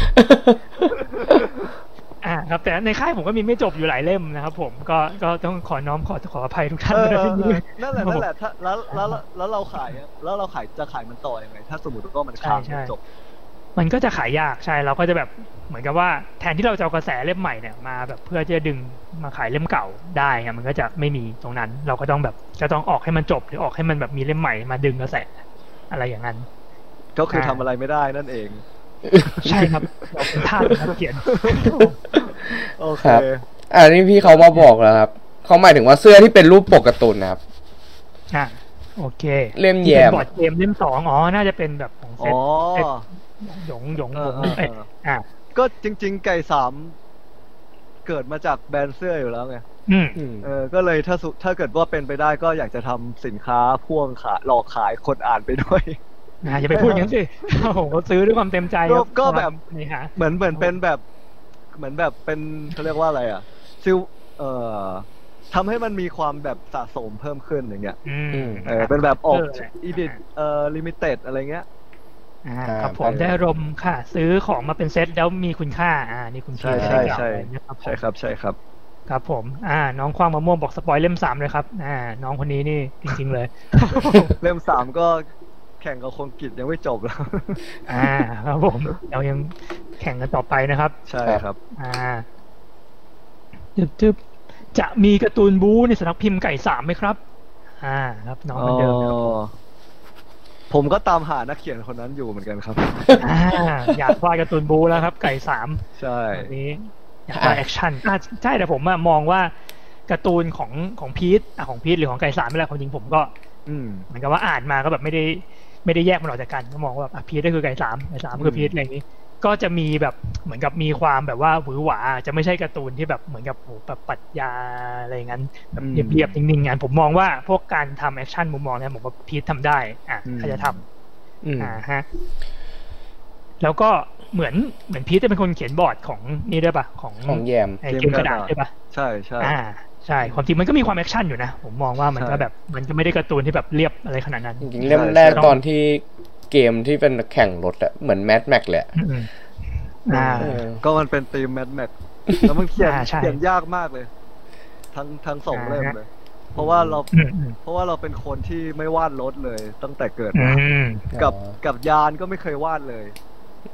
ครับแต่ในค่ายผมก็มีไม่จบอยู่หลายเล่มนะครับผมก็ต้องขอน้อมขออภัยทุกท่านด้วยนั่นแหละแล้วเราขายจะขายมันต่อยังไงถ้าสมมติว่ามันค้างไม่จบมันก็จะขายยากใช่เราก็จะแบบเหมือนกับว่าแทนที่เราจะเอากระแสเล่มใหม่เนี่ยมาแบบเพื่อจะดึงมาขายเล่มเก่าได้ครับมันก็จะไม่มีตรงนั้นเราก็ต้องแบบจะต้องออกให้มันจบหรือออกให้มันแบบมีเล่มใหม่มาดึงกระแสอะไรอย่างนั้นก็คือทำอะไรไม่ได้นั่นเองใช่ครับเราเป็นทาสนักเขียนโอเคนี่พี่เขามาบอกแล้วครับเขาหมายถึงว่าเสื้อที่เป็นรูปปกการ์ตูนนะครับโอเคเล่มแยมบอร์ดเกมเล่ม2น่าจะเป็นแบบของเซตหยงก็จริงๆไก่3เกิดมาจากแบรนด์เสื้ออยู่แล้วไงก็เลยถ้าเกิดว่าเป็นไปได้ก็อยากจะทำสินค้าพ่วงหลอกขายคนอ่านไปด้วยอย่าไปพูดอย่างนั้นสิผมก็ซื้อด้วยความเต็มใจก็แบบเหมือนเป็นแบบเหมือนแบบเป็นเขาเรียกว่าอะไรทำให้มันมีความแบบสะสมเพิ่มขึ้นอย่างเงี้ยเป็นแบบออกอีดิทลิมิเต็ดอะไรเงี้ยครับผมได้รมค่ะซื้อของมาเป็นเซตแล้วมีคุณค่านี่คุณใช่ครับครับผมน้องควางมะม่วงบอกสปอยเล่ม3เลยครับน้องคนนี้นี่จริงๆเลยเล่ม3ก็แข่งกับคงกิจยังไม่จบแล้วครับผมเรายังแข่งกันต่อไปนะครับใช่ครับจึ๊บจะมีการ์ตูนบู๊ในสำนักพิมพ์ไก่3ไหมครับครับน้องเหมือนเดิมผมก็ตามหานักเขียนคนนั้นอยู่เหมือนกันครับอยากวาดการ์ตูนบู๊แล้วครับไก่3 ใช่นี้อยากวาดแอคชั่นใช่แต่ผมมองว่าการ์ตูนของพีทของพีทหรือของไก่3ไม่แหละความจริงผมก็เหมือนกับว่าอ่านมาก็แบบไม่ได้แยกมันออกจากกันก็มองว่าแบบพีทก็คือไก่3คือพีทอะไรอย่างนี้ก็จะมีแบบเหมือนกับมีความแบบว่าหวือหวาจะไม่ใช่การ์ตูนที่แบบเหมือนกับแบบปรัชญาอะไรอย่างนั้นแบบเรียบๆนิ่งๆงานผมมองว่าพวกการทำแอคชั่นมุมมองเนี่ยผมว่าพีททำได้ถ้าจะทำฮะแล้วก็เหมือนพีทจะเป็นคนเขียนบอร์ดของนี่ด้วยป่ะของแยมเกมกระดาษใช่ป่ะใช่ใช่ความจริงมันก็มีความแอคชั่นอยู่นะผมมองว่ามันก็แบบมันก็ไม่ได้การ์ตูนที่แบบเรียบอะไรขนาดนั้นจริงๆเล่มแรกตอนที่เกมที่เป็นแข่งรถอะเหมือนแมดแม็กเลยก็มันเป็นธีมแมดแม็กแล้วมันเขียนยากมากเลยทั้ง2เล่มเลยเพราะว่าเราเป็นคนที่ไม่วาดรถเลยตั้งแต่เกิดมากับยานก็ไม่เคยวาดเลย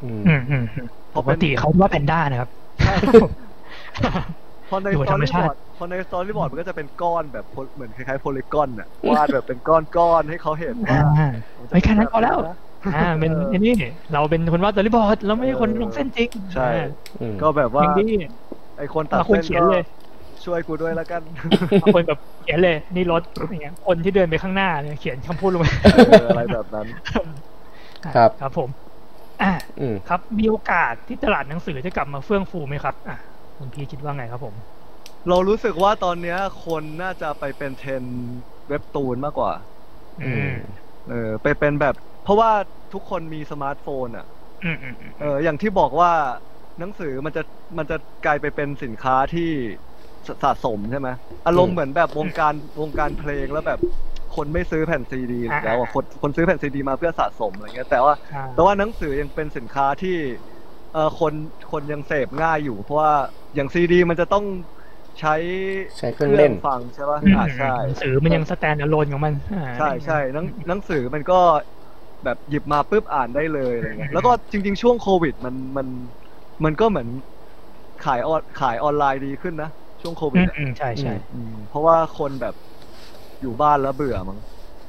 ปกติเขาวาดแพนด้านะครับพอในพอในสตอรี่บอร์ดมันก็จะเป็นก้อนแบบเหมือนคล้ายๆโพลีกอนอ่ะวาดแบบเป็นก้อนๆให้เขาเห็นว่าไม่แค่นั้นพอแล้วเป็นนี่เราเป็นคนวาดสตอรี่บอร์ดเราไม่ใช่คนลงเส้นจริงใช่ก็แบบว่าไอคนตัดเส้นก็ช่วยกูด้วยแล้วกันคนแบบเขียนเลยนี่รถอย่างเงี้ยคนที่เดินไปข้างหน้าเนี่ยเขียนคำพูดลงไปอะไรแบบนั้นครับผมครับมีโอกาสที่ตลาดหนังสือจะกลับมาเฟื่องฟูไหมครับคุณพี่คิดว่าไงครับผมเรารู้สึกว่าตอนนี้คนน่าจะไปเป็นเทรนเว็บตูนมากกว่าไปเป็นแบบเพราะว่าทุกคนมีสมาร์ทโฟนอย่างที่บอกว่าหนังสือมันจะกลายไปเป็นสินค้าที่สะสมใช่ไหมอารมณ์เหมือนแบบวงการเพลงแล้วแบบคนไม่ซื้อแผ่นซีดีแล้วคนซื้อแผ่นซีดีมาเพื่อสะสมอะไรเงี้ยแต่ว่าหนังสือยังเป็นสินค้าที่คนยังเสพง่ายอยู่เพราะว่าอย่างซีดีมันจะต้องใช้เครื่องเล่นฟังใช่ป่ะใช่หนังสือมันยังสแตนด์อะโลนของมันใช่หนังสือมันก็แบบหยิบมาปุ๊บอ่านได้เลยอะไรเงี้ยแล้วก็จริงๆช่วงโควิดมันก็เหมือนขายออนไลน์ดีขึ้นนะช่วงโควิดใช่ใช่เพราะว่าคนแบบอยู่บ้านแล้วเบื่อมั้ง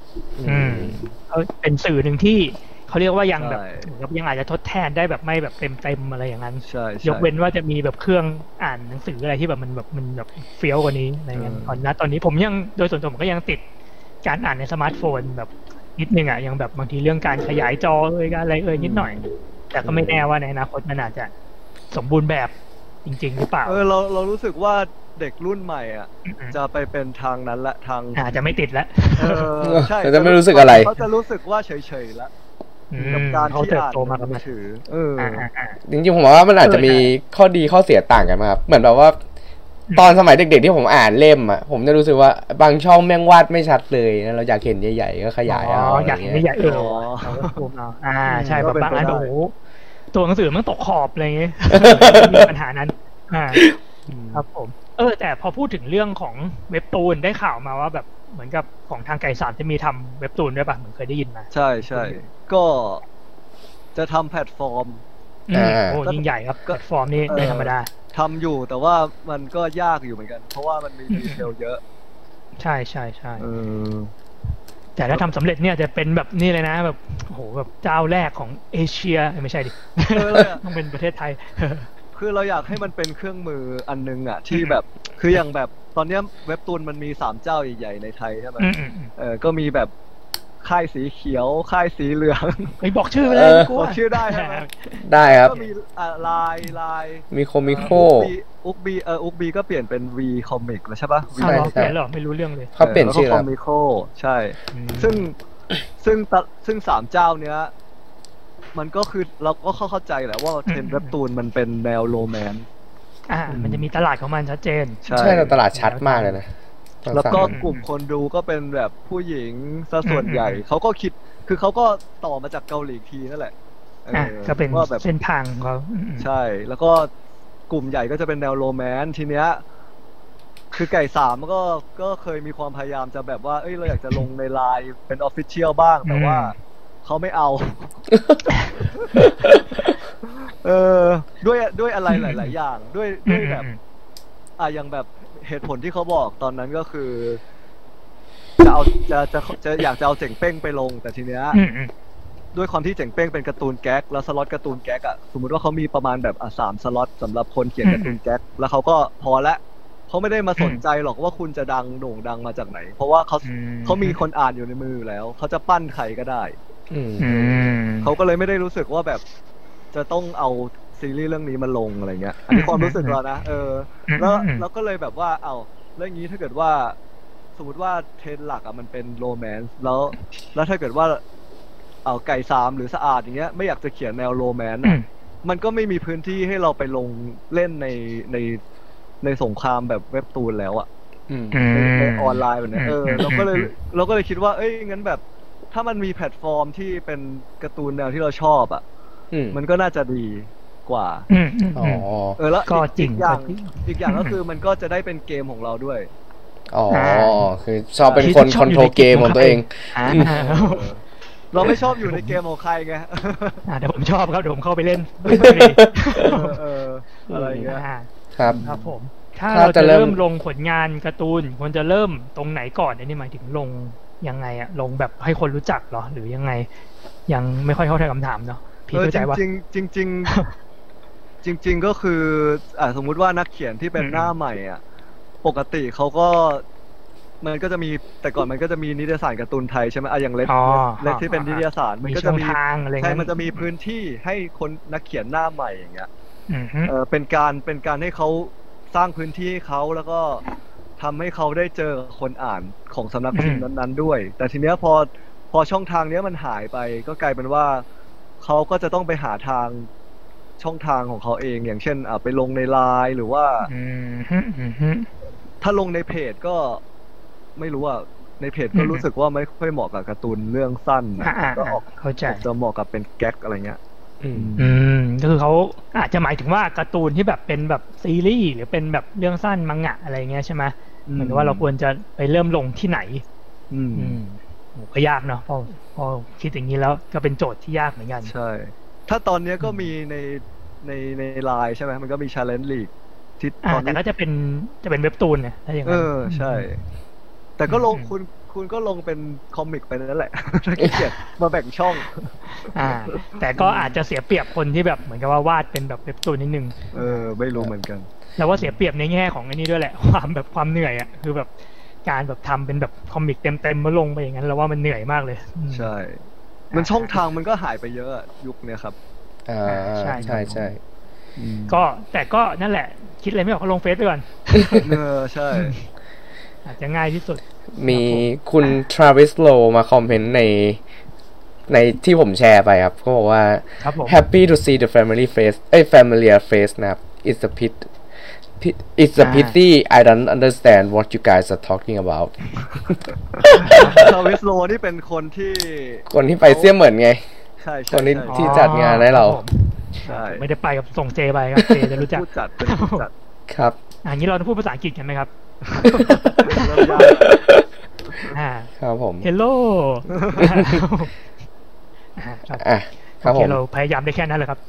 เป็นสื่อหนึ่งที่เขาเรียกว่ายังแบบยังอาจจะทดแทนได้แบบไม่แบบเต็มอะไรอย่างนั้นยกเว้นว่าจะมีแบบเครื่องอ่านหนังสืออะไรที่แบบมันแบบเฟี้ยวกว่านี้อะไรเงี้ยตอนนี้ผมยังโดยส่วนตัวผมก็ยังติดการอ่านในสมาร์ทโฟนแบบนิดนึงยังแบบบางทีเรื่องการขยายจอการอะไรนิดหน่อยแต่ก็ไม่แน่ว่าในอนาคตมันอาจจะสมบูรณ์แบบจริงๆหรือเปล่าเรารู้สึกว่าเด็กรุ่นใหม่จะไปเป็นทางนั้นละทางจะไม่ติดแล้วใช่จะไม่รู้สึกอะไรเขาจะรู้สึกว่าเฉยๆแล้วกับการที่อ่านหนังสือจริงๆผมว่ามันอาจจะมีข้อดีข้อเสียต่างกันมาครับเหมือนแบบว่าตอนสมัยเด็กๆที่ผมอ่านเล่มผมจะรู้สึกว่าบางช่องแม่งวาดไม่ชัดเลยนะเราอยากเห็นใหญ่ๆก็ขยายเอาอยากเห็นใหญ่ใช่แบบบางอันโอ้โหตัวหนังสือมันตกขอบอะไรอย่างเงี้ยมีปัญหานั้นครับผมแต่พอพูดถึงเรื่องของเว็บตูนได้ข่าวมาว่าแบบเหมือนกับของทางไก่สารจะมีทำเว็บตูนด้วยป่ะเหมือนเคยได้ยินมาใช่ใช่ก็จะทำแพลตฟอร์มโอ้ยิ่งใหญ่ครับแพลตฟอร์มนี้ไม่ธรรมดาทำอยู่แต่ว่ามันก็ยากอยู่เหมือนกันเพราะว่ามันมีดีเทลเยอะใช่แต่ถ้าทำสำเร็จเนี่ยจะเป็นแบบนี่เลยนะแบบโอ้โหแบบเจ้าแรกของเอเชียไม่ใช่ดิต้องเป็นประเทศไทยคือเราอยากให้มันเป็นเครื่องมืออันนึงที่แบบคืออย่างแบบตอนนี้เว็บตูนมันมี3เจ้าใหญ่ๆในไทยใช่ไหมก็มีแบบค่ายสีเขียวค่ายสีเหลืองไม่บอกชื่อเลยบอกชื่อได้ใช่ไหมได้ครับก็มีลายมีโคมิโคอุกบีก็เปลี่ยนเป็น V Comic แล้วใช่ปะใช่เปลี่ยนหรอไม่รู้เรื่องเลยเขาเปลี่ยนชื่อแล้วโคมิโคใช่ซึ่ง3เจ้าเนี้ยมันก็คือเราก็เข้าใจแหละว่าเทรนด์เว็บตูนมันเป็นแนวโรแมนต์มันจะมีตลาดของมันชัดเจนใช่ตลาดชัดมากเลยนะแล้วก็กลุ่มคนดูก็เป็นแบบผู้หญิงซะส่วนใหญ่เขาก็คิดคือเขาก็ต่อมาจากเกาหลีทีนั่นแหละก็เป็นแบบเส้นทางของเขาใช่แล้วก็กลุ่มใหญ่ก็จะเป็นแนวโรแมนต์ทีเนี้ยคือไก่สามก็เคยมีความพยายามจะแบบว่าเราอยากจะลงในไลน์เป็นออฟฟิเชียลบ้างแต่ว่าเขาไม่เอาด้วยอะไรหลายๆอย่างด้วยแบบอย่างแบบเหตุผลที่เขาบอกตอนนั้นก็คือจะอยากจะเอาเจ๋งเป้งไปลงแต่ทีเนี้ยด้วยความที่เจ๋งเป้งเป็นการ์ตูนแก๊กแล้วสล็อตการ์ตูนแก๊กสมมุติว่าเขามีประมาณแบบ3สล็อตสำหรับคนเขียนการ์ตูนแก๊กแล้วเขาก็พอละเขาไม่ได้มาสนใจหรอกว่าคุณจะดังโด่งดังมาจากไหนเพราะว่าเขามีคนอ่านอยู่ในมือแล้วเขาจะปั้นใครก็ได้เขาก็เลยไม่ได้รู้สึกว่าแบบจะต้องเอาซีรีส์เรื่องนี้มาลงอะไรเงี้ยอันนี้ความรู้สึกเรานะแล้วก็เลยแบบว่าเรื่องนี้ถ้าเกิดว่าสมมติว่าเทรนด์หลักมันเป็นโรแมนซ์แล้วถ้าเกิดว่าไก่สามหรือสะอาดอย่างเงี้ยไม่อยากจะเขียนแนวโรแมนซ์มันก็ไม่มีพื้นที่ให้เราไปลงเล่นในสงครามแบบเว็บตูนแล้วในออนไลน์แบบนี้เราก็เลยคิดว่างั้นแบบถ้ามันมีแพลตฟอร์มที่เป็นการ์ตูนแนวที่เราชอบมันก็น่าจะดีกว่าแล้วอีกอย่างก็คือมันก็จะได้เป็นเกมของเราด้วยคือชอบเป็นคนคอนโทรลเกมของตัวเองเราไม่ชอบอยู่ในเกมของใครไงแต่ผมชอบครับเดี๋ยวผมเข้าไปเล่นอะไรเงี้ยครับครับผมถ้าเราจะเริ่มลงผลงานการ์ตูนควรจะเริ่มตรงไหนก่อนอันนี้หมายถึงลงยังไงอะลงแบบให้คนรู้จักเหรอหรือยังไงยังไม่ค่อยเข้าใจคำถามเนาะพี่เข้าใจว่าจริงก็คือสมมุติว่านักเขียนที่เป็นหน้าใหม่อ่ะปกติเขาก็มันก็จะมีแต่ก่อนมันก็จะมีนิตยสารการ์ตูนไทยใช่ไหมอย่างเล็กที่เป็นนิตยสารมันก็จะมีใช่มันจะมีพื้นที่ให้คนนักเขียนหน้าใหม่อย่างเงี้ยเป็นการให้เขาสร้างพื้นที่ให้เขาแล้วก็ทำให้เขาได้เจอคนอ่านของสำนักพิมพ์นั้นๆด้วยแต่ทีเนี้ยพอช่องทางเนี้ยมันหายไปก็กลายเป็นว่าเขาก็จะต้องไปหาทางช่องทางของเขาเองอย่างเช่นไปลงในไลน์หรือว่าถ้าลงในเพจก็ไม่รู้ว่าในเพจก็รู้สึกว่าไม่ค่อยเหมาะกับการ์ตูนเรื่องสั้นก็ออกเข้าใจจะเหมาะกับเป็นแก๊กอะไรเงี้ยก็คือเขาอาจจะหมายถึงว่าการ์ตูนที่แบบเป็นแบบซีรีส์หรือเป็นแบบเรื่องสั้นมังงะอะไรเงี้ยใช่ไหมเหมือนว่าเราควรจะไปเริ่มลงที่ไหนก็ยากเนาะพอคิดอย่างนี้แล้วก็เป็นโจทย์ที่ยากเหมือนกันใช่ถ้าตอนนี้ก็มีในไลน์ใช่ไหมมันก็มี Challenge League ที่ตอนนี้แต่ก็จะเป็นเว็บตูนเนี่ยถ้าอย่างนั้นใช่แต่ก็ลงคุณก็ลงเป็นคอมิกไปนั่นแหละเขียนมาแบ่งช่องแต่ก็อาจจะเสียเปรียบคนที่แบบเหมือนกับว่าวาดเป็นแบบเว็บตูนนิดนึงไม่รู้เหมือนกันแล้วว่าเสียเปรียบในแง่ของอันนี้ด้วยแหละความเหนื่อยอ่ะคือแบบการแบบทำเป็นแบบคอมิกเต็มมาลงไปอย่างนั้นแล้วว่ามันเหนื่อยมากเลยใช่มันช่องทางมันก็หายไปเยอะยุคเนี้ยครับใช่ก็แต่ก็นั่นแหละคิดอะไรไม่ออกก็ลงเฟซไปก่อนใช่อาจจะง่ายที่สุดมีคุณทราวิสโลมาคอมเมนต์ในที่ผมแชร์ไปครับเขาบอกว่า happy to see the familiar face นะครับ it's a pity I don't understand what you guys are talking about ทราวิสโลนี่เป็นคนที่ไปเสี่ยเหมือนไงใช่คนที่จัดงานให้เราใช่ไม่ได้ไปกับส่งเจไปครับเจจะรู้จักผู้จัดครับอย่างนี้เราต้องพูดภาษาอังกฤษกันไหมครับครับผม Hello ครับผมเราพยายามได้แค่นั้นเลยครับ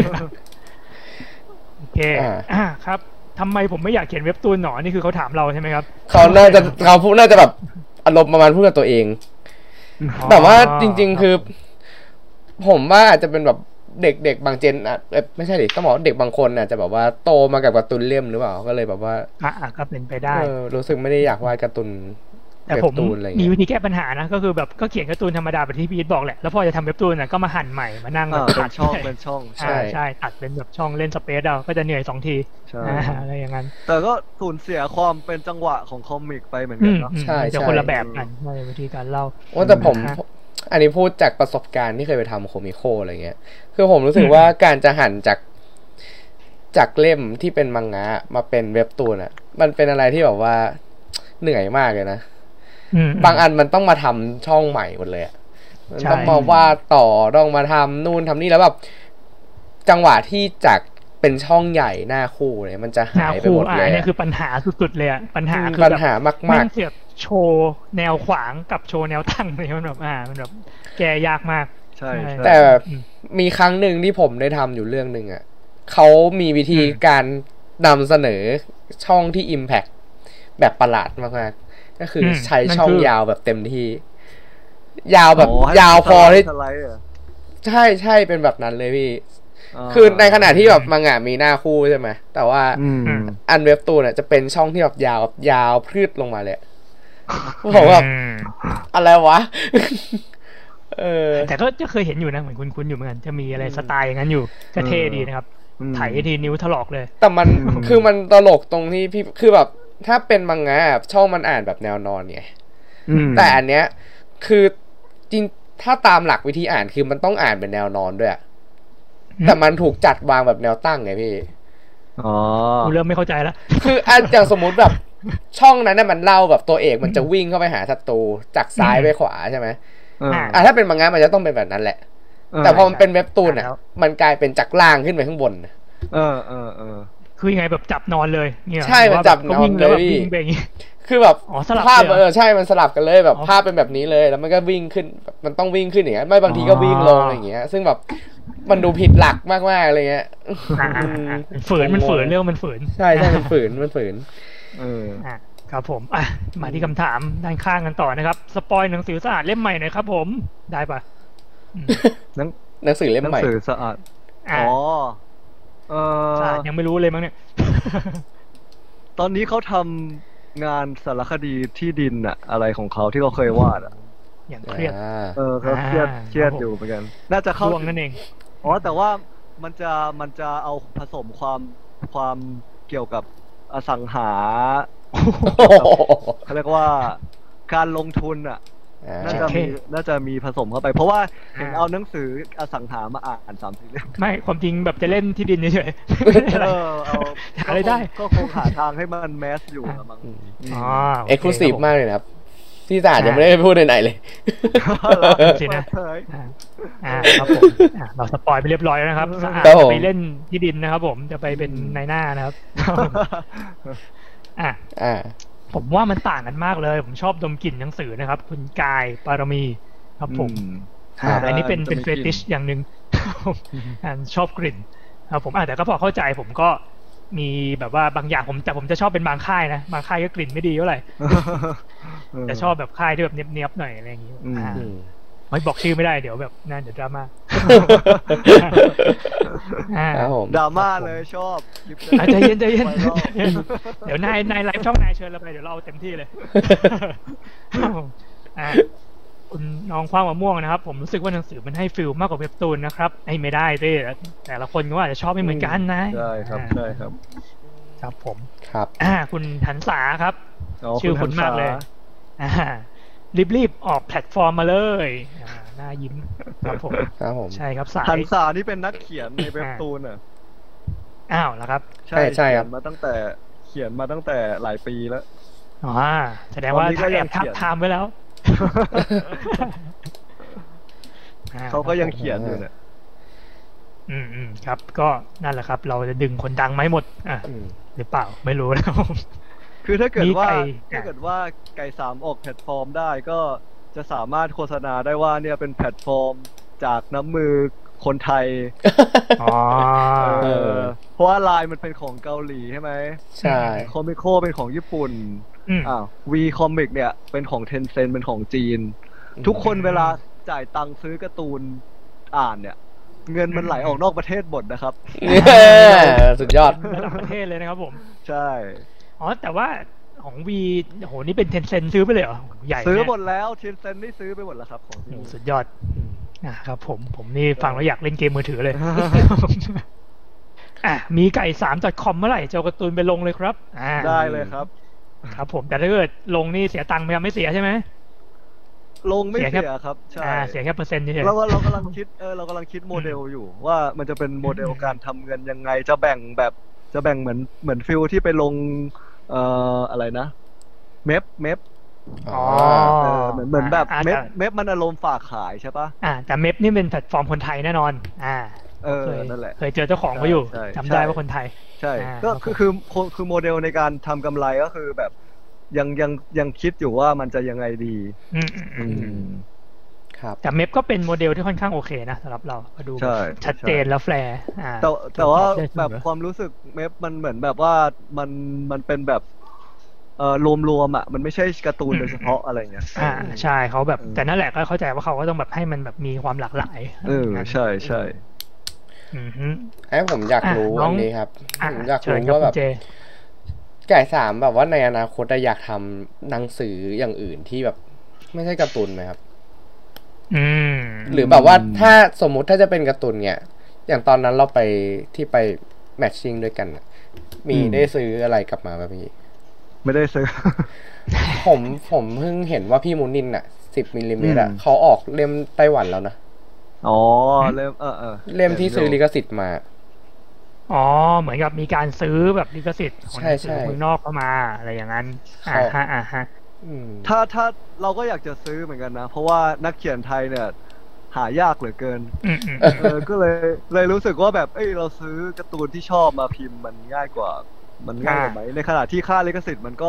โอเคครับทำไมผมไม่อยากเขียนเว็บตูนหนอนี่คือเขาถามเราใช่ไหมครับเขาน่าจะแบบอารมณ์ประมาณพูดกับตัวเองแบบว่าจริงๆคือผมว่าอาจจะเป็นแบบเด็กบางเจนไม่ใช่ดิต้องบอกเด็กบางคนอาจจะแบบว่าโตมากับการ์ตูนเล่มหรือเปล่าก็เลยแบบว่าก็เป็นไปได้รู้สึกไม่ได้อยากวาดการ์ตูนแต่ผมมีวิธีแก้ปัญหานะก็คือแบบก็เขียนการ์ตูนธรรมดาแบบที่พี่บอกแหละแล้วพอจะทำเว็บตูนก็มาหั่นใหม่มานั่งแบบตัดช่องเป็นช่องใช่ตัดเป็นแบบช่องเล่นสเปซเอาก็จะเหนื่อย2 ทีอะไรอย่างนั้นแต่ก็สูญเสียความเป็นจังหวะของคอมิกไปเหมือนกันเนาะใช่จะคนละแบบกันในวิธีการเล่าแต่ผมอันนี้พูดจากประสบการณ์ที่เคยไปทำโคมิโคอะไรเงี้ยคือผมรู้สึกว่าการจะหั่นจากเล่มที่เป็นมังงะมาเป็นเว็บตูนมันเป็นอะไรที่แบบว่าเหนื่อยมากเลยนะบางอันมันต้องมาทำช่องใหม่หมดเลยมันต้องมาวาดต่อต้องมาทำนู่นทำนี่แล้วแบบจังหวะที่จากเป็นช่องใหญ่หน้าคู่เนี่ยมันจะหายไปหมดเลยนี่คือปัญหาสุดๆเลยปัญหาคือปัญหามากๆเสียบโชว์แนวขวางกับโชว์แนวตั้งเลยมันแบบมันแบบแกยากมากใช่แต่มีครั้งหนึ่งที่ผมได้ทำอยู่เรื่องนึงเขามีวิธีการนำเสนอช่องที่ Impact แบบประหลาดมากๆก็คือใช้ช่องยาวแบบเต็มที่ยาวแบบยาวพอที่ใช่เป็นแบบนั้นเลยพี่คือในขณะที่แบบมังงะมีหน้าคู่ใช่ไหมแต่ว่าอันเว็บตูนจะเป็นช่องที่แบบยาวพืชลงมาเลยผมแบบอะไรวะแต่ก็จะเคยเห็นอยู่นะเหมือนคุ้นๆอยู่เหมือนกันจะมีอะไรสไตล์อย่างนั้นอยู่ก็เท่ดีนะครับไถทีนิ้วถลอกเลยแต่มันคือมันตลกตรงที่พี่คือแบบถ้าเป็นมังงะช่องมันอ่านแบบแนวนอนไงแต่อันเนี้ยคือจริงถ้าตามหลักวิธีอ่านคือมันต้องอ่านเป็นแนวนอนด้วยแต่มันถูกจัดวางแบบแนวตั้งไงพี่เริ่มไม่เข้าใจแล้วคืออย่างสมมุติแบบช่องนั้นน่ะมันเล่าแบบตัวเอกมันจะวิ่งเข้าไปหาศัตรูจากซ้ายไปขวาใช่ไหมถ้าเป็นมังงะมันจะต้องเป็นแบบนั้นแหละแต่พอมันเป็นเว็บตูนมันกลายเป็นจากล่างขึ้นไปข้างบนคือยังไงแบบจับนอนเลยใช่มันจับนอนเลยคือแบบภาพใช่มันสลับกันเลยแบบภาพเป็นแบบนี้เลยแล้วมันก็วิ่งขึ้นมันต้องวิ่งขึ้นอย่างเงี้ยไม่บางทีก็วิ่งลงอย่างเงี้ยซึ่งแบบมันดูผิดหลักมากๆอะไรเงี้ยฝืนมันฝืนเรื่องมันฝืนใช่มันฝืนครับผมมาที่คำถามด้านข้างกันต่อนะครับสปอยหนังสือสะอาดเล่มใหม่หน่อยครับผมได้ปะหนังสือเล่มใหม่หนังสือสะอาดสะอาดยังไม่รู้เลยมั้งเนี่ยตอนนี้เขาทำงานสารคดีที่ดินอะอะไรของเขาที่เขาเคยวาดอะอย่างเครียดเขาเครียดอยู่เหมือนกันน่าจะเข้านั่นเองแต่ว่ามันจะเอาผสมความเกี่ยวกับอสังหาเขาเรียกว่าการลงทุนอ่ะน่าจะมีผสมเข้าไปเพราะว่าเห็นเอาหนังสืออสังหามาอ่าน3-4 เล่มไม่ความจริงแบบจะเล่นที่ดินเฉยๆเอาอะไรได้ก็คงหาทางให้มันแมสอยู่มั้งเอ็กซ์คลูซีฟมากเลยครับที่ศาสตร์ยังไม่ได้พูดไหนเลยสินะครับผมเราสปอยไปเรียบร้อยแล้วนะครับไปเล่นที่ดินนะครับผมจะไปเป็นนายหน้านะครับผมว่ามันต่างกันมากเลยผมชอบดมกลิ่นหนังสือนะครับคุณกายปารมีครับผมอันนี้เป็นเฟติชอย่างหนึ่งชอบกลิ่นครับผมแต่ก็พอเข้าใจผมก็มีแบบว่าบางอย่างผมจะชอบเป็นบางค่ายนะบางค่ายก็กลิ่นไม่ดีเท่าไหร่จะชอบแบบค่ายที่แบบเนียบๆหน่อยอะไรอย่างนี้ไม่บอกชื่อไม่ได้เดี๋ยวแบบนั่นเดี๋ยวดราม่าดราม่าเลยชอบใจเย็นเดี๋ยวนายไลฟ์ช่องนายเชิญเราไปเดี๋ยวเราเอาเต็มที่เลยคุณน้องคว้างมะม่วงนะครับผมรู้สึกว่าหนังสือมันให้ฟิลมากกว่าเว็บตูนนะครับไม่ได้ด้วยแต่ละคนก็อาจจะชอบไม่เหมือนกันนะใช่ครับครับผมครับคุณหันษาครับชื่อคุณมากเลยรีบออกแพลตฟอร์มมาเลยน่ายิ้มครับผมใช่ครับหันษานี่เป็นนักเขียนในเว็บตูนแล้วครับใช่ครับเขียนมาตั้งแต่หลายปีแล้วแสดงว่าแอบทับทามไว้แล้วเขาก็ยังเขียนอยู่เนี่ยครับก็นั่นแหละครับเราจะดึงคนดังไหมหมดหรือเปล่าไม่รู้แล้วคือถ้าเกิดว่าไก่3ออกแพลตฟอร์มได้ก็จะสามารถโฆษณาได้ว่าเนี่ยเป็นแพลตฟอร์มจากน้ำมือคนไทยเพราะว่าไลน์มันเป็นของเกาหลีใช่ไหมใช่คอมิโคเป็นของญี่ปุ่นวีคอมิกเนี่ยเป็นของเทนเซ็นเป็นของจีนทุกคนเวลาจ่ายตังค์ซื้อการ์ตูนอ่านเนี่ยเงินมันไหลออกนอกประเทศหมดนะครับสุดยอดระดับประเทศเลยนะครับผมใช่แต่ว่าของวีโหนี่เป็นเทนเซ็นซื้อไปเลยเหรอใหญ่ซื้อหมดแล้วเทนเซ็นนี่ซื้อไปหมดแล้วครับของสุดยอดครับผมนี่ฟังแล้วอยากเล่นเกมมือถือเลยมีไก่3.com เมื่อไหร่จะเอาการ์ตูนไปลงเลยครับได้เลยครับครับผมแต่ถ้าเกิดลงนี่เสียตังค์ไหมครับไม่เสียใช่ไหมลงไม่เสียครับใช่เสียแค่เปอร์เซ็นต์เฉยๆเรากำลังคิดโมเดลอยู่ว่ามันจะเป็นโมเดลการทำเงินยังไงจะแบ่งเหมือนฟิลที่ไปลงอะไรนะเมฟเหมือนแบบเมฟมันอารมณ์ฝากขายใช่ปะแต่เมฟนี่เป็นแพลตฟอร์มคนไทยแน่นอนนั่นแหละเคยเจอเจ้าของเขาอยู่จำได้ว่าคนไทยใช่ก็คือโมเดลในการทำกำไรก็คือแบบยังคิดอยู่ว่ามันจะยังไงดีครับแต่เมฟก็เป็นโมเดลที่ค่อนข้างโอเคนะสำหรับเราดูชัดเจนแล้วแฟร์แต่ว่าแบบความรู้สึกเมฟมันเหมือนแบบว่ามันเป็นแบบรวมมันไม่ใช่การ์ตูนโดยเฉพาะอะไรเงี้ยใช่เขาแบบแต่นั่นแหละก็เข้าใจว่าเขาก็ต้องแบบให้มันแบบมีความหลากหลายใช่ผมอยากรู้อันนี้ครับผมอยากรู้ว่าแบบไก่3แบบว่าในอนาคตอยากทำหนังสืออย่างอื่นที่แบบไม่ใช่การ์ตูนไหมครับหรือแบบว่าถ้าสมมุติถ้าจะเป็นการ์ตูนเนี่ยอย่างตอนนั้นเราไปแมทชิ่งด้วยกันมีได้ซื้ออะไรกลับมาป่ะพี่ไม่ได้ซื้อผมเพิ่งเห็นว่าพี่มูนิน10 มิลลิเมตรเขาออกเล่มไต้หวันแล้วนะเล่มเล่มที่ซื้อลิขสิทธิ์มาเหมือนกับมีการซื้อแบบลิขสิทธิ์ของเมืองนอกเข้ามาอะไรอย่างนั้นถ้าเราก็อยากจะซื้อเหมือนกันนะเพราะว่านักเขียนไทยเนี่ยหายากเหลือเกินก็เลยรู้สึกว่าแบบเราซื้อการ์ตูนที่ชอบมาพิมพ์มันง่ายกว่าไหมในขณะที่ค่าลิขสิทธิ์มันก็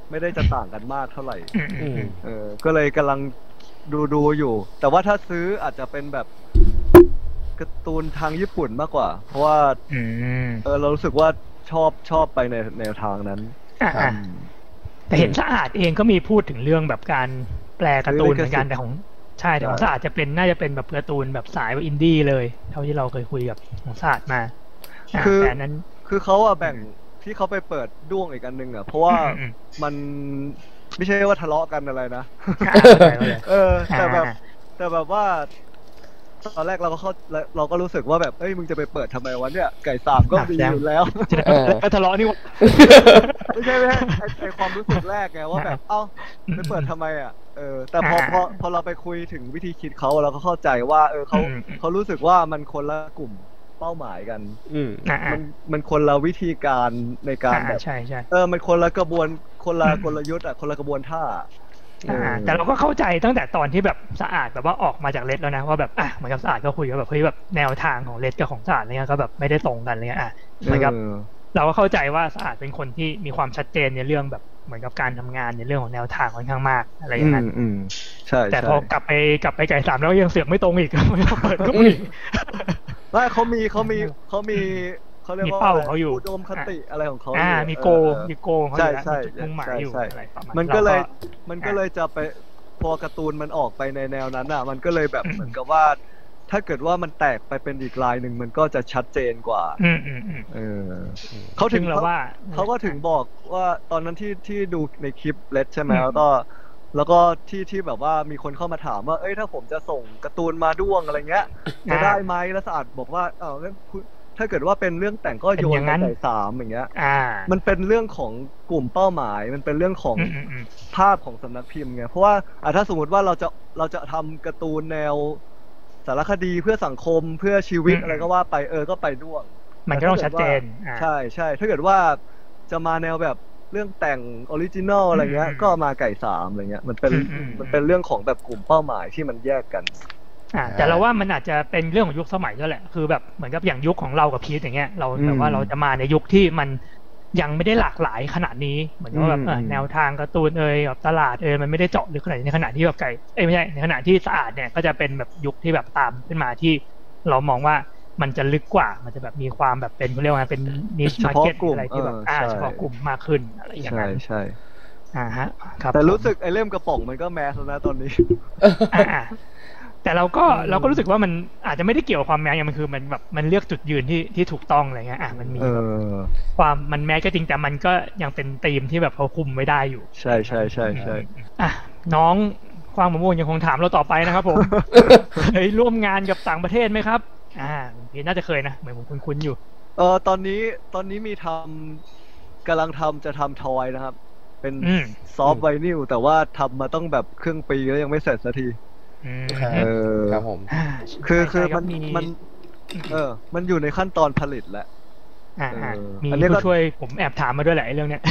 ไม่ได้จะต่างกันมากเท่าไหร่ก็เลยกำลังดูอยู่ แต่ว่าถ้าซื้ออาจจะเป็นแบบการ์ตูนทางญี่ปุ่นมากกว่าเพราะว่าเรารู้สึกว่าชอบไปในแนวทางนั้นแต่เห็นสะอาดเองก็มีพูดถึงเรื่องแบบการแปลการ์ตูนเหมือนกันแต่ของใช่แต่ของสะอาดน่าจะเป็นแบบการ์ตูนแบบสายอินดี้เลยเท่าที่เราเคยคุยกับของสะอาดมาแต่นั้นคือเขาแบ่งที่เขาไปเปิดด้วงอีกอันนึงเพราะว่ามันไม่ใช่ว่าทะเลาะกันอะไรนะแต่แบบว่าตอนแรกเราก็รู้สึกว่าแบบเอ้ยมึงจะไปเปิดทำไมวะเนี่ยไก่สามก็มีอยู่แล้วก็ทะเลาะนี่ไม่ใช่ไอความรู้สึกแรกไงว่าแบบเอ้าไปเปิดทำไมแต่พอเราไปคุยถึงวิธีคิดเขาเราก็เข้าใจว่าเขารู้สึกว่ามันคนละกลุ่มเป้าหมายกันมันคนละวิธีการในการแบบใช่มันคนละกระบวนคนละกลยุทธ์คนละกระบวนท่าแต่เราก็เข้าใจตั้งแต่ตอนที่แบบสะอาดแบบว่าออกมาจากเลดแล้วนะว่าแบบเหมือนกับสะอาดก็คุยกับแบบเฮ้ยแบบแนวทางของเลดกับของสะอาดเนี่ยก็แบบไม่ได้ตรงกันเลยเหมือนกับเราก็เข้าใจว่าสะอาดเป็นคนที่มีความชัดเจนในเรื่องแบบเหมือนกับการทำงานในเรื่องของแนวทางค่อนข้างมากอะไรอย่างนั้นใช่แต่พอกลับไปไก่สามแล้วยังเสือกไม่ตรงอีกเปิดก็มีไม่เขามีเขาเรียกว่าอุดมคติอะไรของเขามีโกของเขามุ่งหมายอยู่อะไรประมาณมันก็เลยจะไปพอการ์ตูนมันออกไปในแนวนั้นมันก็เลยแบบเหมือนกับว่าถ้าเกิดว่ามันแตกไปเป็นอีกลายหนึ่งมันก็จะชัดเจนกว่าเขาถึงเขาก็ถึงบอกว่าตอนนั้นที่ดูในคลิปเลดใช่ไหมแล้วก็ที่แบบว่ามีคนเข้ามาถามว่าเอ้ยถ้าผมจะส่งการ์ตูนมาด้วงอะไรเงี้ยจะได้ไหมแล้วสะอาดบอกว่างั้นถ้าเกิดว่าเป็นเรื่องแต่งก็โยนไปใส่สามอย่างเงี้ยมันเป็นเรื่องของกลุ่มเป้าหมายมันเป็นเรื่องของภาพของสำนักพิมพ์ไงเพราะว่าถ้าสมมติว่าเราจะทำการ์ตูนแนวสารคดีเพื่อสังคมเพื่อชีวิตอะไรก็ว่าไปก็ไปด้วงมันก็ต้องชัดเจนใช่ถ้าเกิดว่าจะมาแนวแบบเรื่องแต่งออริจินอลอะไรเงี้ยก็มาไก่สามอะไรเงี้ยมันเป็นเรื่องของแบบกลุ่มเป้าหมายที่มันแยกกันแต่เราว่ามันอาจจะเป็นเรื่องของยุคสมัยด้วยแหละคือแบบเหมือนกับอย่างยุคของเรากับพีทอย่างเงี้ยเราแบบว่าเราจะมาในยุคที่มันยังไม่ได้หลากหลายขนาดนี้เหมือนว่าแบบแนวทางการ์ตูนแบบตลาดมันไม่ได้เจาะลึกขนาดในขณะที่แบบไก่ไม่ใช่ในขณะที่สะอาดเนี่ยก็จะเป็นแบบยุคที่แบบตามขึ้นมาที่เรามองว่ามันจะลึกกว่ามันจะแบบมีความแบบเป็นเขาเรียกว่าเป็นนิชมาร์เก็ตอะไรที่แบบเฉพาะกลุ่มมากขึ้นอะไรอย่างเงี้ยใช่ครับแต่รู้สึกไอ้เล่มกระป๋องมันก็แมสแล้วนะตอนนี้แต่เราก็รู้สึกว่ามันอาจจะไม่ได้เกี่ยวกับความแมสมันคือมันแบบมันเลือกจุดยืนที่ถูกต้องอะไรเงี้ยมันมีความมันแมสก็จริงแต่มันก็ยังเป็นธีมที่แบบเขาคุมไว้ได้อยู่ใช่น้องความมะม่วงยังคงถามเราต่อไปนะครับผมเคยร่วมงานกับต่างประเทศไหมครับพี่น่าจะเคยนะเหมือนผมคุ้นๆอยู่ตอนนี้มีกำลังจะทำทอยนะครับเป็นซอฟต์ไวนิลแต่ว่าทำมาต้องแบบครึ่งปีแล้วยังไม่เสร็จสักทีครับผมคือมันอยู่ในขั้นตอนผลิตแล้วมีผู้ช่วยผมแอบถามมาด้วยแหละเรื่องเนี้ย